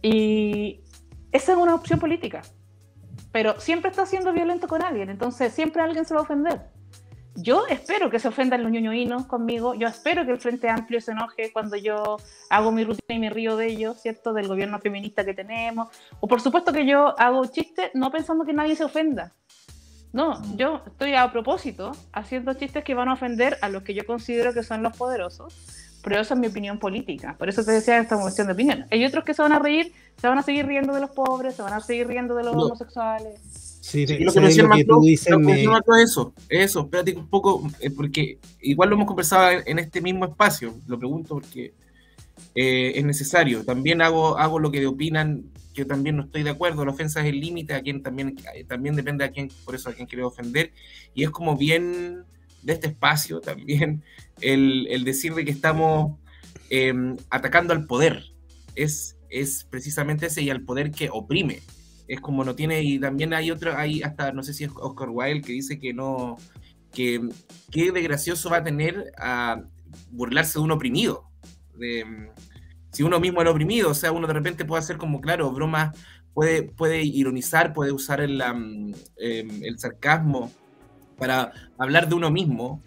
Y esa es una opción política. Pero siempre está siendo violento con alguien, entonces siempre alguien se va a ofender. Yo espero que se ofendan los ñoñoínos conmigo, yo espero que el Frente Amplio se enoje cuando yo hago mi rutina y me río de ellos, ¿cierto? Del gobierno feminista que tenemos. O por supuesto que yo hago chistes no pensando que nadie se ofenda. No, yo estoy a propósito haciendo chistes que van a ofender a los que yo considero que son los poderosos, pero esa es mi opinión política. Por eso te decía, esta cuestión de opinión. Hay otros que se van a reír, se van a seguir riendo de los pobres, se van a seguir riendo de los No. homosexuales. Sí, Sí, te- lo que ¿sabes decía lo que Macro, tú dices? lo que Me- decía Macro es eso, es eso, espérate un poco, eh, porque igual lo hemos conversado en, en este mismo espacio, lo pregunto porque eh, es necesario. También hago, hago lo que opinan, que yo también no estoy de acuerdo, la ofensa es el límite, a quien también, eh, también depende a quién, por eso a quién quiere ofender, y es como bien de este espacio también el, el decir de que estamos eh, atacando al poder, es, es precisamente ese, y al poder que oprime. Es como no tiene, y también hay otro, hay hasta, no sé si es Oscar Wilde, que dice que no, que qué de gracioso va a tener a burlarse de un oprimido, de, si uno mismo es el oprimido, o sea, uno de repente puede hacer como, claro, bromas, puede, puede ironizar, puede usar el, um, eh, el sarcasmo para hablar de uno mismo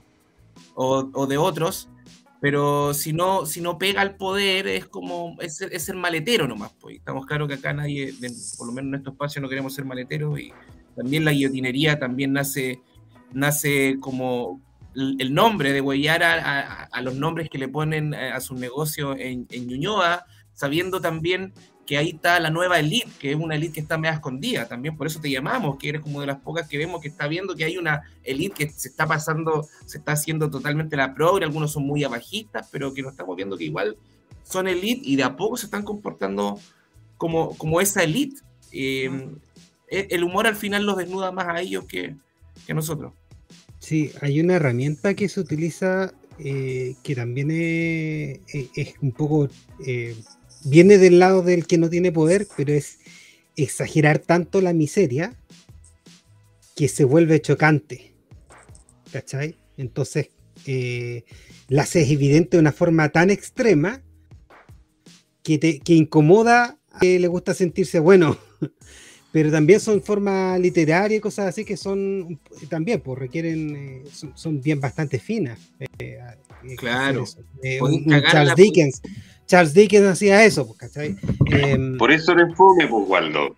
o, o de otros, pero si no, si no pega al poder es como, es, ser- es ser maletero nomás, pues. Estamos claros que acá nadie, de- por lo menos en estos espacios no queremos ser maleteros, y también la guillotinería también nace, nace como el, el nombre de huellar a, a- a los nombres que le ponen a, a sus negocios en, en Ñuñoa, sabiendo también que ahí está la nueva elite, que es una elite que está medio escondida, también por eso te llamamos, que eres como de las pocas que vemos que está viendo que hay una elite que se está pasando, se está haciendo totalmente la progre, algunos son muy abajistas, pero que nos estamos viendo que igual son elite y de a poco se están comportando como, como esa elite. Eh, el humor al final los desnuda más a ellos que, que a nosotros. Sí, hay una herramienta que se utiliza eh, que también es, es- es un poco... eh, viene del lado del que no tiene poder, pero es exagerar tanto la miseria que se vuelve chocante. ¿Cachai? Entonces, eh, la haces evidente de una forma tan extrema que, te, que incomoda a que le gusta sentirse bueno. Pero también son formas literarias y cosas así que son también, pues requieren, eh, son, son bien bastante finas. eh, eh, Claro. hacer eso. Eh, Podés un, un cagar Charles la- Dickens. Charles Dickens hacía eso, pues, ¿cachai? Em, Por eso eres fome, pues, Waldo.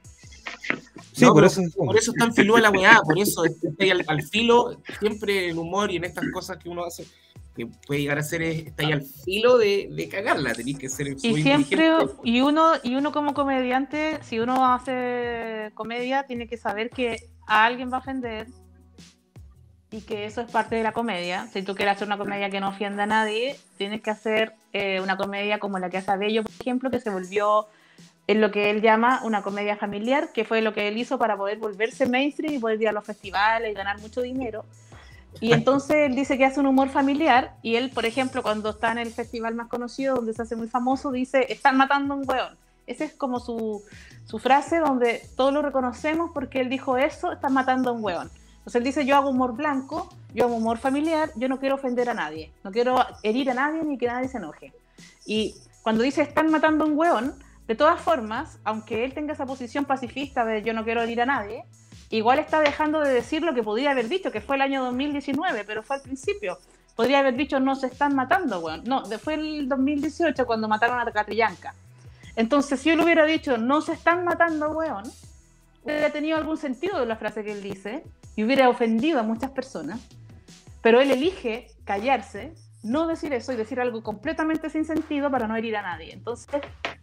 sí, No, por pero eso es por eso está en filo la weá, por eso está ahí al, al filo, siempre el humor y en estas cosas que uno hace, que puede llegar a ser, es- está ahí al filo de, de cagarla, tenéis que ser Y muy siempre, inteligente. y uno, y uno como comediante, si uno hace comedia, tiene que saber que a alguien va a ofender y que eso es parte de la comedia. Si tú quieres hacer una comedia que no ofenda a nadie, tienes que hacer eh, una comedia como la que hace Abello, por ejemplo, que se volvió en lo que él llama una comedia familiar, que fue lo que él hizo para poder volverse mainstream y poder ir a los festivales y ganar mucho dinero. Y entonces él dice que hace un humor familiar, y él, por ejemplo, cuando está en el festival más conocido, donde se hace muy famoso, dice, están matando a un hueón. Esa es como su, su frase donde todos lo reconocemos porque él dijo eso, están matando a un hueón. Entonces él dice, yo hago humor blanco, yo hago humor familiar, yo no quiero ofender a nadie, no quiero herir a nadie ni que nadie se enoje. Y cuando dice, están matando a un hueón, de todas formas, aunque él tenga esa posición pacifista de yo no quiero herir a nadie, igual está dejando de decir lo que podría haber dicho, que fue el año dos mil diecinueve, pero fue al principio. Podría haber dicho, no se están matando, weón. No, fue el dos mil dieciocho cuando mataron a Catrillanca. Entonces, si él hubiera dicho, no se están matando, weón, hubiera tenido algún sentido de la frase que él dice y hubiera ofendido a muchas personas. Pero él elige callarse, no decir eso y decir algo completamente sin sentido para no herir a nadie. Entonces,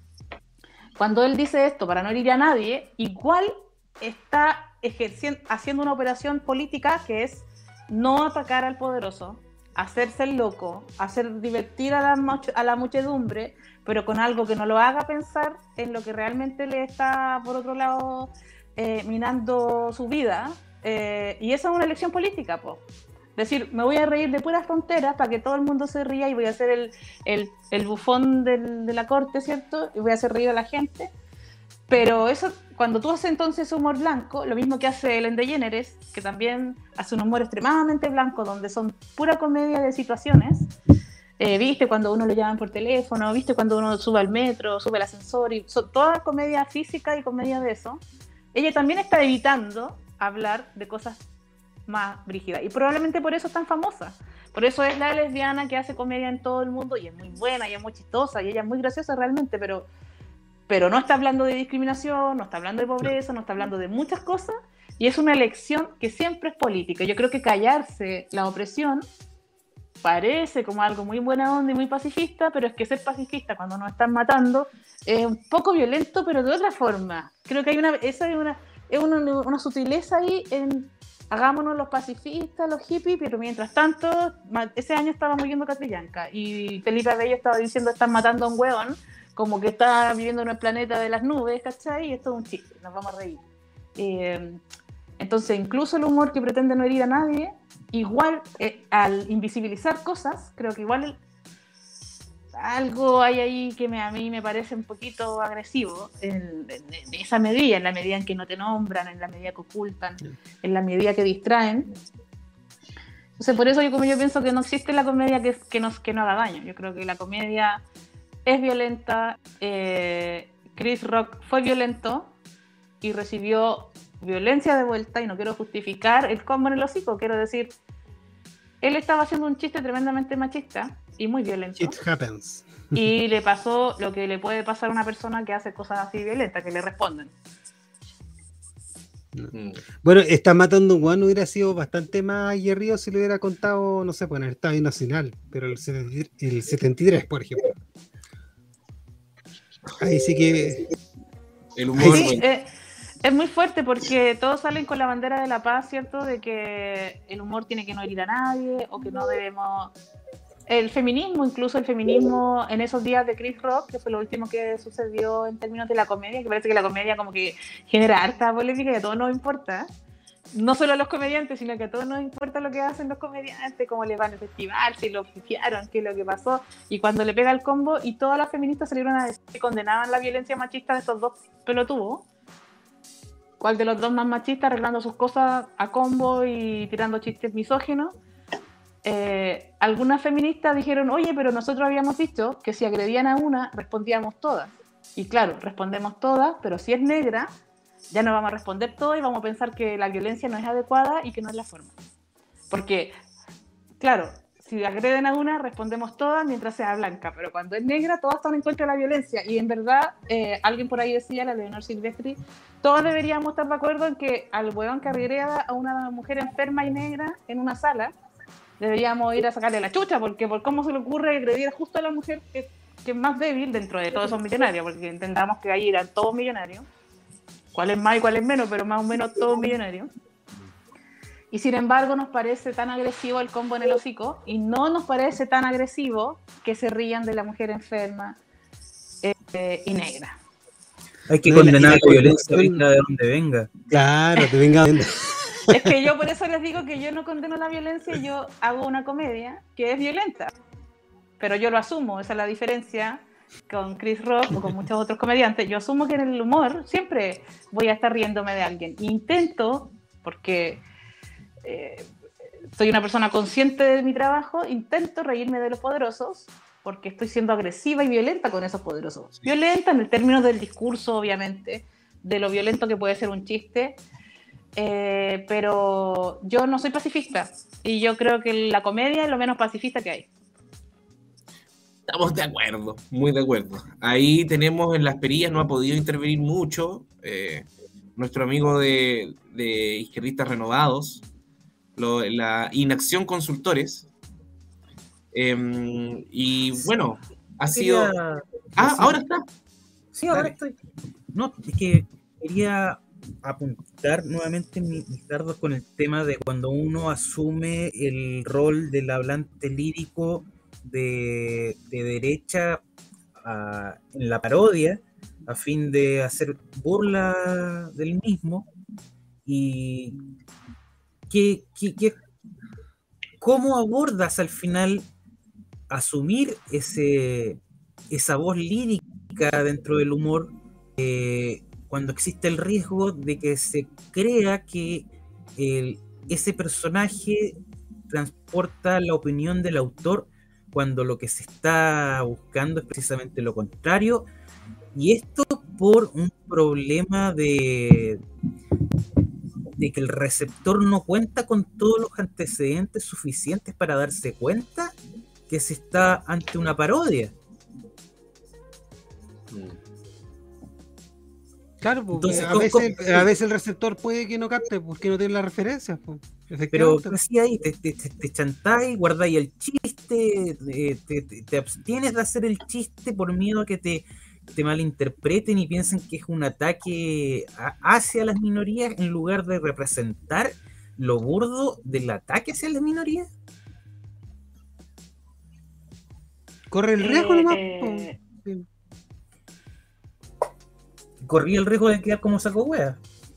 cuando él dice esto para no herir a nadie, igual está ejerciendo, haciendo una operación política que es no atacar al poderoso, hacerse el loco, hacer divertir a la, a la muchedumbre, pero con algo que no lo haga pensar en lo que realmente le está, por otro lado, eh, minando su vida. Eh, y esa es una elección política, po. Decir, me voy a reír de puras tonteras para que todo el mundo se ría y voy a ser el, el, el bufón del, de la corte, ¿cierto? Y voy a hacer reír a la gente. Pero eso, cuando tú haces entonces humor blanco, lo mismo que hace Ellen DeGeneres, que también hace un humor extremadamente blanco, donde son pura comedia de situaciones, eh, viste cuando uno le llaman por teléfono, viste cuando uno sube al metro, sube al ascensor, y son toda comedia física y comedia de eso. Ella también está evitando hablar de cosas más brígidas, y probablemente por eso es tan famosa. Por eso es la lesbiana que hace comedia en todo el mundo, y es muy buena, y es muy chistosa, y ella es muy graciosa realmente, pero... pero no está hablando de discriminación, no está hablando de pobreza, no está hablando de muchas cosas, y es una elección que siempre es política. Yo creo que callarse la opresión parece como algo muy buena onda y muy pacifista, pero es que ser pacifista cuando nos están matando es un poco violento, pero de otra forma. Creo que hay una, esa es una, es una, una sutileza ahí en hagámonos los pacifistas, los hippies, pero mientras tanto, ese año estaba muriendo Catrillanca, y Felipe Abello estaba diciendo están matando a un hueón, como que está viviendo en el planeta de las nubes, ¿cachai? Y esto es un chiste, nos vamos a reír. Eh, entonces, incluso el humor que pretende no herir a nadie, igual, eh, al invisibilizar cosas, creo que igual algo hay ahí que me, a mí me parece un poquito agresivo, en, en, en esa medida, en la medida en que no te nombran, en la medida que ocultan, en la medida que distraen. Entonces, por eso yo, como yo pienso que no existe la comedia que, que, nos, que no haga daño. Yo creo que la comedia es violenta. eh, Chris Rock fue violento y recibió violencia de vuelta, y no quiero justificar el combo en el hocico, quiero decir, él estaba haciendo un chiste tremendamente machista y muy violento, It happens. y le pasó lo que le puede pasar a una persona que hace cosas así violentas, que le responden. No. Bueno, está matando un guano hubiera sido bastante más aguerrido si lo hubiera contado, no sé, pues en el Estadio Nacional, pero el setenta y tres, por ejemplo. Ahí sí que... El humor... Sí, eh, es muy fuerte porque todos salen con la bandera de la paz, ¿cierto? De que el humor tiene que no herir a nadie, o que no debemos... El feminismo, incluso el feminismo en esos días de Chris Rock, que fue lo último que sucedió en términos de la comedia, que parece que la comedia como que genera harta polémica y a todos nos importa. No solo a los comediantes, sino que a todos nos importa lo que hacen los comediantes, cómo les va en el festival, si lo pifiaron, qué es lo que pasó. Y cuando le pega el combo, y todas las feministas salieron a decir que condenaban la violencia machista de estos dos pelotudos. ¿Cuál de los dos más machistas, arreglando sus cosas a combo y tirando chistes misóginos? Eh, algunas feministas dijeron, oye, pero nosotros habíamos dicho que si agredían a una, respondíamos todas. Y claro, respondemos todas, pero si es negra, ya no vamos a responder todo y vamos a pensar que la violencia no es adecuada y que no es la forma. Porque, claro, si agreden a una, respondemos todas mientras sea blanca, pero cuando es negra, todas están en contra de la violencia. Y en verdad, eh, alguien por ahí decía, la Leonor Silvestri, todos deberíamos estar de acuerdo en que al hueón que agreda a una mujer enferma y negra en una sala, deberíamos ir a sacarle la chucha, porque por cómo se le ocurre agredir justo a la mujer que, que es más débil dentro de todos esos millonarios, porque entendamos que ahí eran todos millonarios, cuál es más y cuál es menos, pero más o menos todos millonarios. Y sin embargo nos parece tan agresivo el combo en el hocico y no nos parece tan agresivo que se rían de la mujer enferma eh, eh, y negra. Hay que No, condenar la- la violencia, venga de donde venga. Claro, te venga viendo. Es que yo por eso les digo que yo no condeno la violencia, yo hago una comedia que es violenta, pero yo lo asumo, esa es la diferencia con Chris Rock o con muchos otros comediantes. Yo asumo que en el humor siempre voy a estar riéndome de alguien. Intento, porque eh, soy una persona consciente de mi trabajo, intento reírme de los poderosos porque estoy siendo agresiva y violenta con esos poderosos. Sí. Violenta en el término del discurso, obviamente, de lo violento que puede ser un chiste. Eh, pero yo no soy pacifista y yo creo que la comedia es lo menos pacifista que hay. Estamos de acuerdo, muy de acuerdo. Ahí tenemos en las perillas, no ha podido intervenir mucho eh, nuestro amigo de, de Izquierdistas Renovados, lo, la Inacción Consultores. Eh, y bueno, ha sido... Quería- Ah, sí. ahora está. Sí, ahora Dale. estoy. No, es que quería apuntar nuevamente mis, mis dardos con el tema de cuando uno asume el rol del hablante lírico de, de derecha a- en la parodia a fin de hacer burla del mismo y que, que- que- cómo abordas al final asumir ese, esa voz lírica dentro del humor eh, cuando existe el riesgo de que se crea que el- ese personaje transporta la opinión del autor cuando lo que se está buscando es precisamente lo contrario, y esto por un problema de, de que el receptor no cuenta con todos los antecedentes suficientes para darse cuenta que se está ante una parodia. Claro, porque Entonces, a, ¿cómo- veces, cómo- a veces el receptor puede que no capte porque no tiene las referencias. Pues. Pero Efectivamente. ¿qué hacía ahí? Te, te, te, te chantáis, guardáis el chiste, eh, te, te, te abstienes de hacer el chiste por miedo a que te, te malinterpreten y piensen que es un ataque a- hacia las minorías en lugar de representar lo burdo del ataque hacia las minorías. Corre el riesgo Eh, nomás. eh, po. Sí. Corrí el riesgo de quedar como saco wea.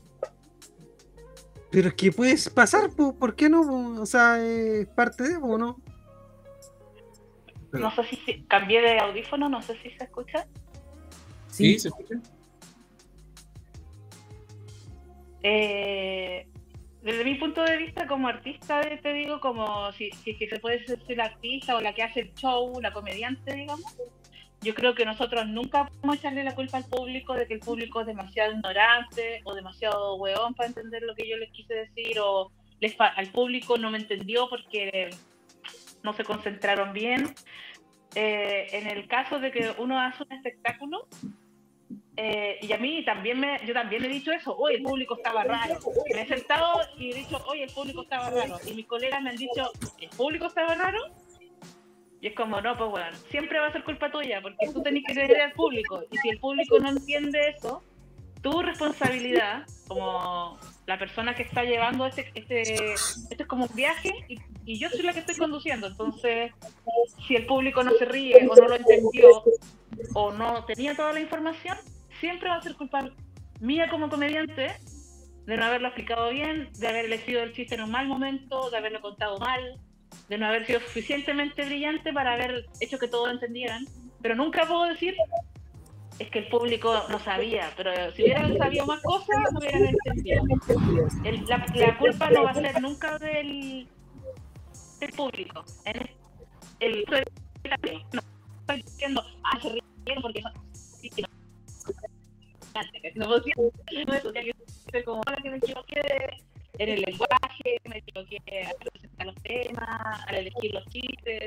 Pero es que puedes pasar, po, ¿por qué no? po? O sea, es parte de, po, ¿no? no sé si, si cambié de audífono, no sé si se escucha. Sí, ¿se escucha? Eh, desde mi punto de vista como artista, eh, te digo, como si, si es que se puede ser la artista o la que hace el show, la comediante, digamos, yo creo que nosotros nunca podemos echarle la culpa al público de que el público es demasiado ignorante o demasiado hueón para entender lo que yo les quise decir, o les fa- al público no me entendió porque no se concentraron bien. Eh, en el caso de que uno hace un espectáculo, Eh, y a mí también me, yo también he dicho eso, hoy el público estaba raro. Me he sentado y he dicho, hoy el público estaba raro. Y mis colegas me han dicho, ¿el público estaba raro? Y es como, no, pues bueno, siempre va a ser culpa tuya, porque tú tenés que creer al público. Y si el público no entiende eso, tu responsabilidad, como la persona que está llevando este, este, esto es como un viaje, y, y yo soy la que estoy conduciendo. Entonces, si el público no se ríe o no lo entendió o no tenía toda la información, siempre va a ser culpa mía como comediante de no haberlo explicado bien, de haber elegido el chiste en un mal momento, de haberlo contado mal, de no haber sido suficientemente brillante para haber hecho que todos entendieran. Pero nunca puedo decir es que el público no sabía, pero si hubieran sabido más cosas, no hubieran entendido. El, la, la culpa no va a ser nunca del, del público. El, el, no estoy diciendo, ah, se rieron porque son... No puedo decir, no es que soy como ahora que me equivoqué en el lenguaje, me equivoqué al presentar los temas, al elegir los chistes.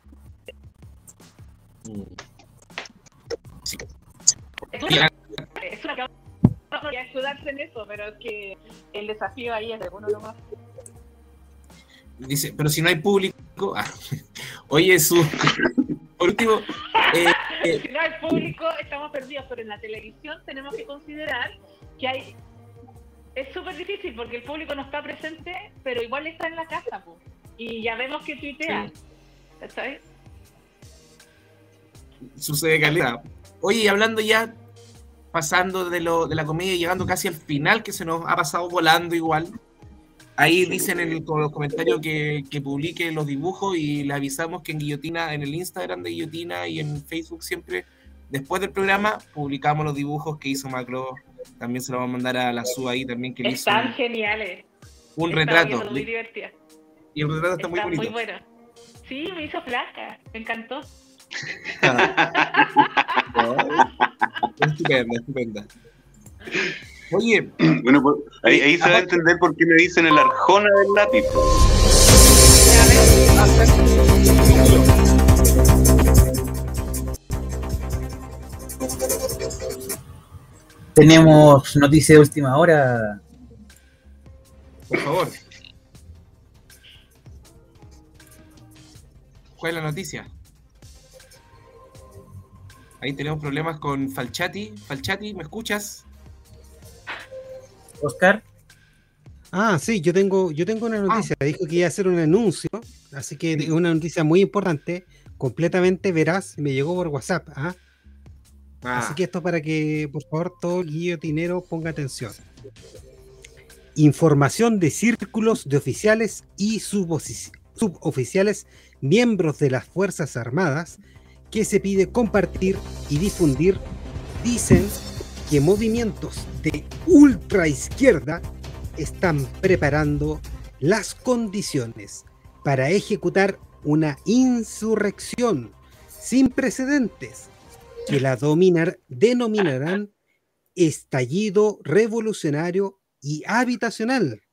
Sí. Es una, es una no voy a escudarse en eso, pero es que el desafío ahí es de uno nomás. Dice, pero si no hay público. Ah. Oye, su. Por último. Eh, eh, Si no hay público, estamos perdidos, pero en la televisión tenemos que considerar que hay es súper difícil porque el público no está presente, pero igual está en la casa, pues. Y ya vemos que tuitea. Sí. ¿Sabes? Sucede caleta. Oye, y hablando ya, pasando de, lo, de la comedia y llegando casi al final, que se nos ha pasado volando igual. Ahí dicen en el- con los comentarios que, que publique los dibujos y le avisamos que en Guillotina, en el Instagram de Guillotina y en Facebook siempre, después del programa, publicamos los dibujos que hizo Macro. También se lo vamos a mandar a la Su ahí también, que le hizo Están un, geniales. un Están retrato. viendo muy divertidas. Y el retrato está muy Están bonito. muy buenas. Sí, me hizo flaca. Me encantó. Estupenda, estupenda. Oye, Bueno, pues, ahí, ahí se va a Aparte- entender por qué me dicen el Arjona del lápiz. Tenemos noticia de última hora. por favor. ¿Cuál es la noticia? Ahí tenemos problemas con Falchati. Falchati, ¿me escuchas? Oscar, Ah, sí, yo tengo, yo tengo una noticia. Dijo que iba a hacer un anuncio, así que es una noticia muy importante, completamente veraz, me llegó por WhatsApp. ¿Ah? Ah, Así que esto para que, por favor, todo el guillotinero ponga atención. Información de círculos de oficiales y subofici- suboficiales, miembros de las Fuerzas Armadas, que se pide compartir y difundir, dicen que movimientos de ultraizquierda están preparando las condiciones para ejecutar una insurrección sin precedentes que la dominar, denominarán estallido revolucionario y habitacional,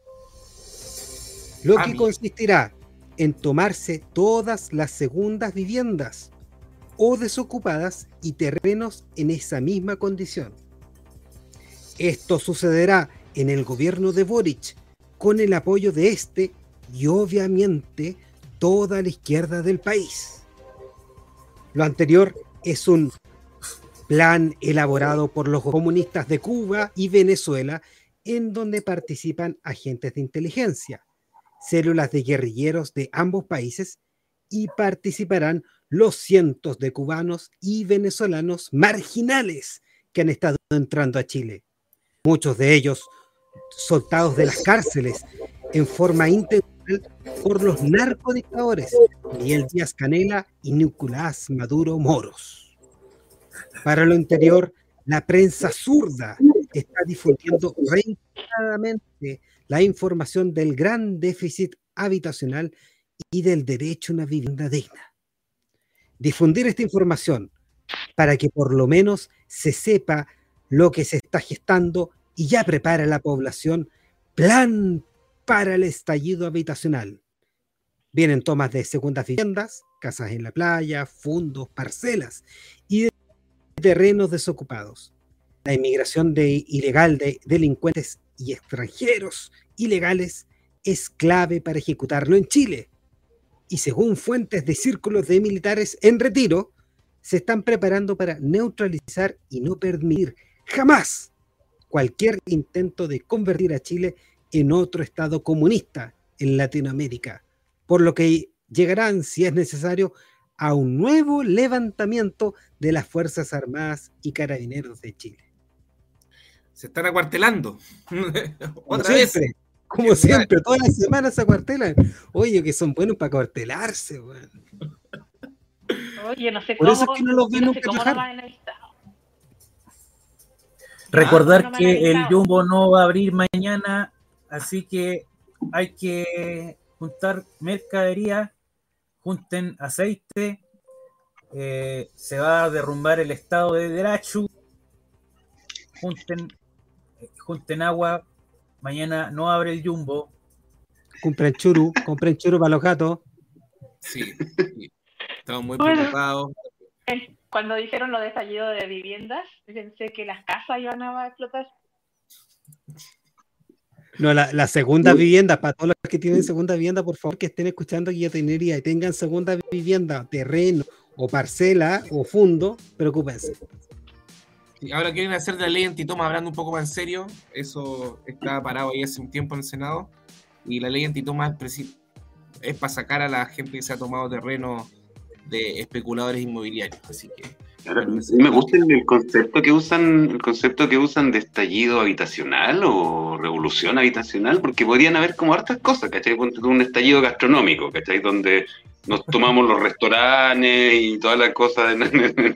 lo que Ami. consistirá en tomarse todas las segundas viviendas o desocupadas y terrenos en esa misma condición. Esto sucederá en el gobierno de Boric con el apoyo de este y obviamente toda la izquierda del país. Lo anterior es un plan elaborado por los comunistas de Cuba y Venezuela, en donde participan agentes de inteligencia, células de guerrilleros de ambos países, y participarán los cientos de cubanos y venezolanos marginales que han estado entrando a Chile. Muchos de ellos soltados de las cárceles en forma intencional por los narcodictadores Miguel Díaz Canela y Nicolás Maduro Moros. Para lo interior, la prensa zurda está difundiendo reiteradamente la información del gran déficit habitacional y del derecho a una vivienda digna. Difundir esta información para que por lo menos se sepa lo que se está gestando y ya prepara la población plan para el estallido habitacional. Vienen tomas de segundas viviendas, casas en la playa, fondos, parcelas y de terrenos desocupados. La inmigración de, ilegal de delincuentes y extranjeros ilegales es clave para ejecutarlo en Chile. Y según fuentes de círculos de militares en retiro, se están preparando para neutralizar y no permitir jamás cualquier intento de convertir a Chile en otro estado comunista en Latinoamérica, por lo que llegarán, si es necesario, a un nuevo levantamiento de las Fuerzas Armadas y Carabineros de Chile. Se están acuartelando. Como Otra vez. siempre, como siempre, todas las semanas se acuartelan. Oye, que son buenos para acuartelarse, weón. Oye, no sé Por cómo, eso es que no los ven no nunca sé cómo no trabajar. van a estar. recordar no me que han el avisado. Jumbo no va a abrir mañana, así que hay que juntar mercadería, junten aceite, eh, se va a derrumbar el estado de Derecho, junten, junten agua, mañana no abre el Jumbo. Compren churu, compren churu para los gatos. Sí, sí. Estamos muy Bueno. preocupados. Cuando dijeron lo de estallido de viviendas, pensé que las casas iban a explotar. No, la, la segunda vivienda, para todos los que tienen segunda vivienda, por favor, que estén escuchando Guillotinería y tengan segunda vivienda, terreno, o parcela, o fondo, preocúpense. Sí, ahora quieren hacer de la ley antitoma hablando un poco más en serio. Eso está parado ahí hace un tiempo en el Senado. Y la ley antitoma es, preci- es para sacar a la gente que se ha tomado terreno de especuladores inmobiliarios. Así que Ahora, bueno, me gusta el, el concepto que usan, el concepto que usan de estallido habitacional o revolución habitacional, porque podrían haber como hartas cosas, ¿cachai? Ponte tú un estallido gastronómico, ¿cachai? Donde nos tomamos los restaurantes y todas las cosas. Los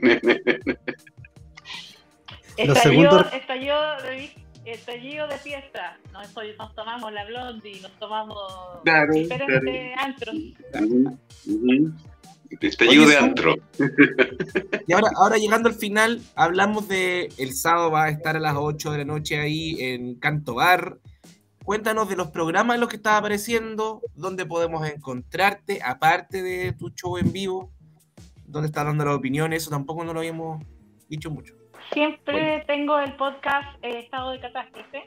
Estallido, segundos- estallido, de, vi- estallido de fiesta. Nos, nos tomamos la Blondie, nos tomamos Claro, diferentes antros. Ujú, ujú. Estallido Oye, de Su- antro. Y ahora, ahora llegando al final, hablamos de el sábado va a estar a las ocho de la noche ahí en Canto Bar. Cuéntanos de los programas en los que estás apareciendo, dónde podemos encontrarte, aparte de tu show en vivo, dónde estás dando las opiniones, eso tampoco no lo habíamos dicho mucho. Siempre Bueno. tengo el podcast eh, Estado de Catástrofe.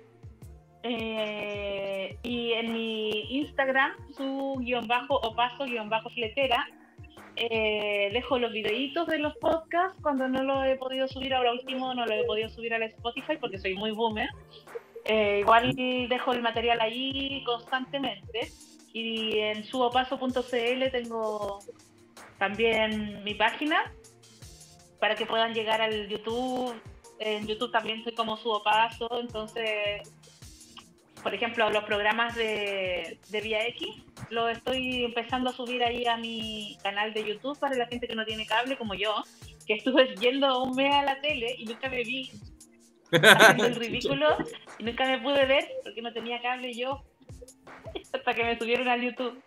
Eh, y en mi Instagram, su guión bajo o paso guión bajo fletera, eh, dejo los videitos de los podcasts cuando no lo he podido subir. Ahora último no lo he podido subir al Spotify porque soy muy boomer. Eh, igual dejo el material ahí constantemente. Y en subopaso punto c l tengo también mi página para que puedan llegar al YouTube. En YouTube también soy como Subopaso, entonces, por ejemplo, los programas de, de Vía X los estoy empezando a subir ahí a mi canal de YouTube para la gente que no tiene cable como yo, que estuve yendo un mes a la tele y nunca me vi haciendo el ridículo y nunca me pude ver porque no tenía cable yo hasta que me subieron al YouTube.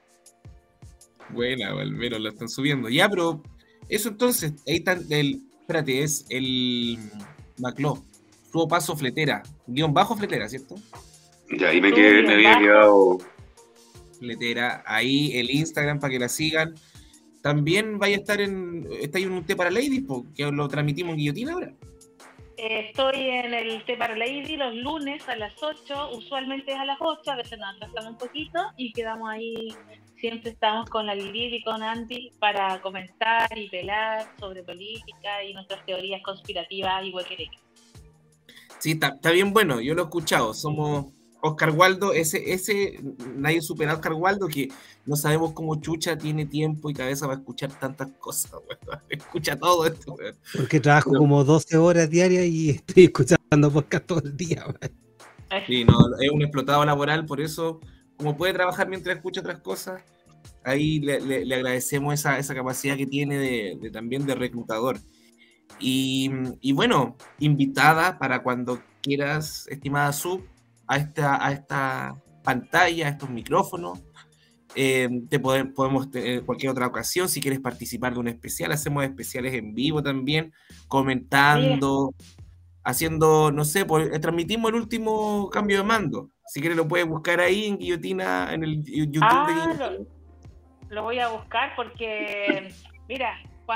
Buena, al menos lo están subiendo. Ya, pero eso entonces, ahí está el, espérate, es el Macló, su paso fletera, guión bajo fletera, ¿cierto? Ya, ahí me, quedé, me había quedado. Fletera, ahí el Instagram para que la sigan. También vaya a estar en, está ahí en un té para ladies, po, que lo transmitimos en Guillotina ahora. Eh, estoy en el Té para Lady los lunes a las ocho, usualmente es a las ocho, a veces nos atrasamos un poquito y quedamos ahí, siempre estamos con la Lilith y con Andy para comentar y pelar sobre política y nuestras teorías conspirativas y huequereques. Sí, está, está bien bueno, yo lo he escuchado, somos Oscar Waldo, ese, ese, nadie supera a Oscar Waldo, que no sabemos cómo chucha tiene tiempo y cabeza para escuchar tantas cosas, weón. Escucha todo esto, weón. Porque trabajo Pero- como doce horas diarias y estoy escuchando podcast todo el día. weón. Sí, no, es un explotado laboral, por eso, como puede trabajar mientras escucha otras cosas, ahí le, le, le agradecemos esa, esa capacidad que tiene de, de también de reclutador. Y, y bueno, invitada para cuando quieras, estimada Sub, a esta, a esta pantalla, a estos micrófonos. Eh, te pode, podemos tener cualquier otra ocasión, si quieres participar de un especial, hacemos especiales en vivo también, comentando, haciendo, no sé, pues, eh, transmitimos el último cambio de mando. Si quieres lo puedes buscar ahí en Guillotina, en el YouTube Ah, de Guillotina. lo, lo voy a buscar porque, mira,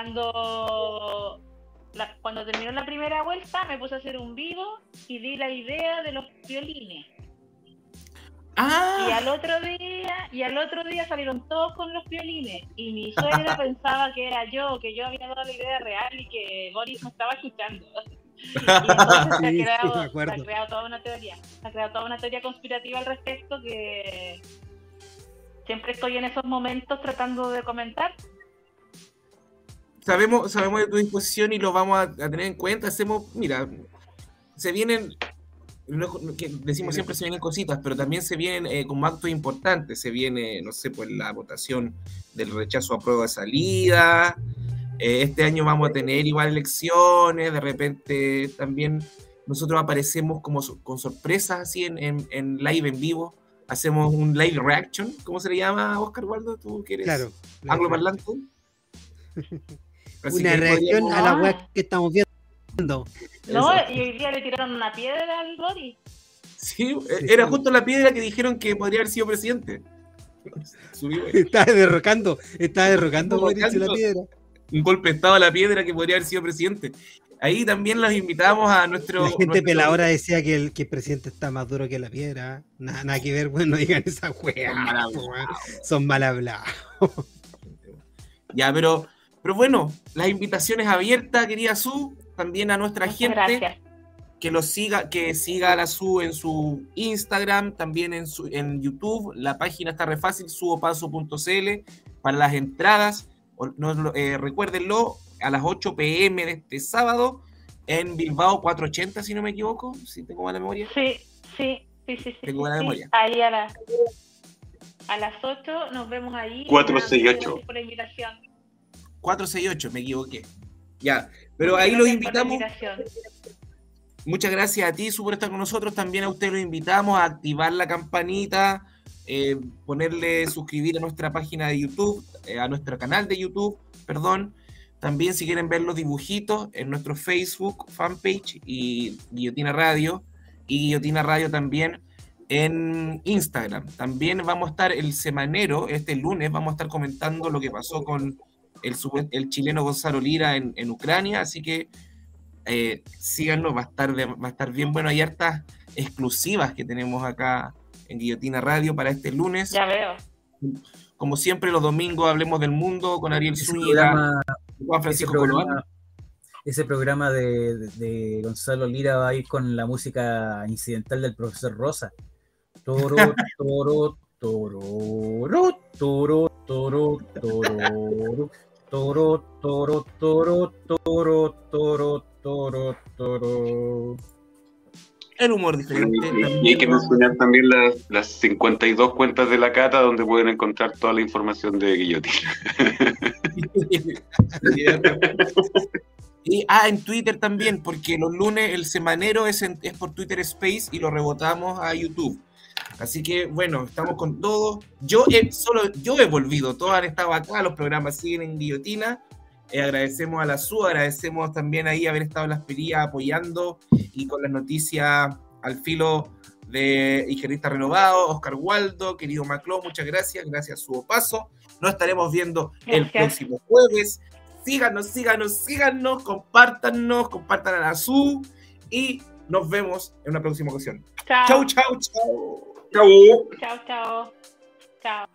cuando, la, cuando terminó la primera vuelta me puse a hacer un vivo y di la idea de los violines. Ah, Y al otro día, y al otro día salieron todos con los violines. Y mi suegra pensaba que era yo, que yo había dado la idea real y que Boris me estaba escuchando. Y entonces se, ha Sí, sí, creado, me se acuerdo. ha creado toda una teoría. Se ha creado toda una teoría conspirativa al respecto que siempre estoy en esos momentos tratando de comentar. sabemos, sabemos de tu disposición y lo vamos a, a tener en cuenta. Hacemos, mira, se vienen, no, que decimos siempre se vienen cositas, pero también se vienen eh, como actos importantes. Se viene, no sé, pues la votación del rechazo a prueba de salida. Eh, este año vamos a tener igual elecciones. De repente también nosotros aparecemos como so- con sorpresas así en, en, en live en vivo. Hacemos un live reaction, ¿cómo se le llama, Oscar Waldo? Tú que eres Claro. angloparlante. Así Una que reacción podríamos- a la Ah. web que estamos viendo. No, Exacto. y hoy día le tiraron una piedra al Boris. Sí, Sí, era sí. justo la piedra que dijeron que podría haber sido presidente. Subió, eh, Estaba derrocando, estaba derrocando Estaba Boris en la derrocando. piedra. un golpe de estado a la piedra que podría haber sido presidente. Ahí también los invitamos a nuestro... La gente nuestro- peladora decía que el, que el presidente está más duro que la piedra. Nada, nada que ver, bueno, no digan esa wea. Son mal hablados. po, weón. Son mal hablados. Ya, pero, pero bueno, las invitaciones abiertas, querida Su, también a nuestra Muchas gente. gracias. que lo siga, que siga a la Su en su Instagram, también en, su, en YouTube. La página está re fácil, suopaso punto c l para las entradas. No, eh, recuérdenlo, a las ocho pe eme de este sábado en Bilbao cuatrocientos ochenta, si no me equivoco, si tengo buena memoria. Sí, sí, sí, sí. sí tengo buena sí, memoria. Ahí a las, a las ocho nos vemos ahí. cuatrocientos sesenta y ocho. Gracias por la invitación. cuatrocientos sesenta y ocho, me equivoqué. Ya, pero ahí los invitamos. Muchas gracias a ti, Su, por estar con nosotros. También a ustedes los invitamos a activar la campanita, eh, ponerle suscribir a nuestra página de YouTube, eh, a nuestro canal de YouTube, perdón. También si quieren ver los dibujitos en nuestro Facebook, fanpage y Guillotina Radio, y Guillotina Radio también en Instagram. También vamos a estar el semanero, este lunes, vamos a estar comentando lo que pasó con el, el chileno Gonzalo Lira en, en Ucrania, así que Eh, síganos, va a estar de, va a estar bien bueno. Hay hartas exclusivas que tenemos acá en Guillotina Radio para este lunes. Ya veo. Como siempre, los domingos hablemos del mundo con Ariel Ese Zúñiga, programa, Juan Francisco ese programa, Coloano. ese programa de, de, de Gonzalo Lira va a ir con la música incidental del profesor Rosa. Toro, toro, toro, toro, toro, toro, toro, toro, toro, toro, toro, toro, toro, toro. El humor diferente. Y, y hay que mencionar también las, las cincuenta y dos cuentas de la Cata donde pueden encontrar toda la información de Guillotina. Y ah, en Twitter también, porque los lunes el semanero es, en, es por Twitter Space y lo rebotamos a YouTube. Así que bueno, estamos con todo. Yo he, solo yo he volvido, todos han estado acá, los programas siguen en Guillotina. Eh, agradecemos a la Su, agradecemos también ahí haber estado en las perillas apoyando y con las noticias al filo de Higienista Renovado, Oscar Waldo, querido Macló, muchas gracias, gracias a Su Paso. Nos estaremos viendo gracias. El próximo jueves. Síganos, síganos, síganos, compártanos, compartan a la Su y nos vemos en una próxima ocasión. Chao, chau, chau. Chau. Chao, chao. Chao.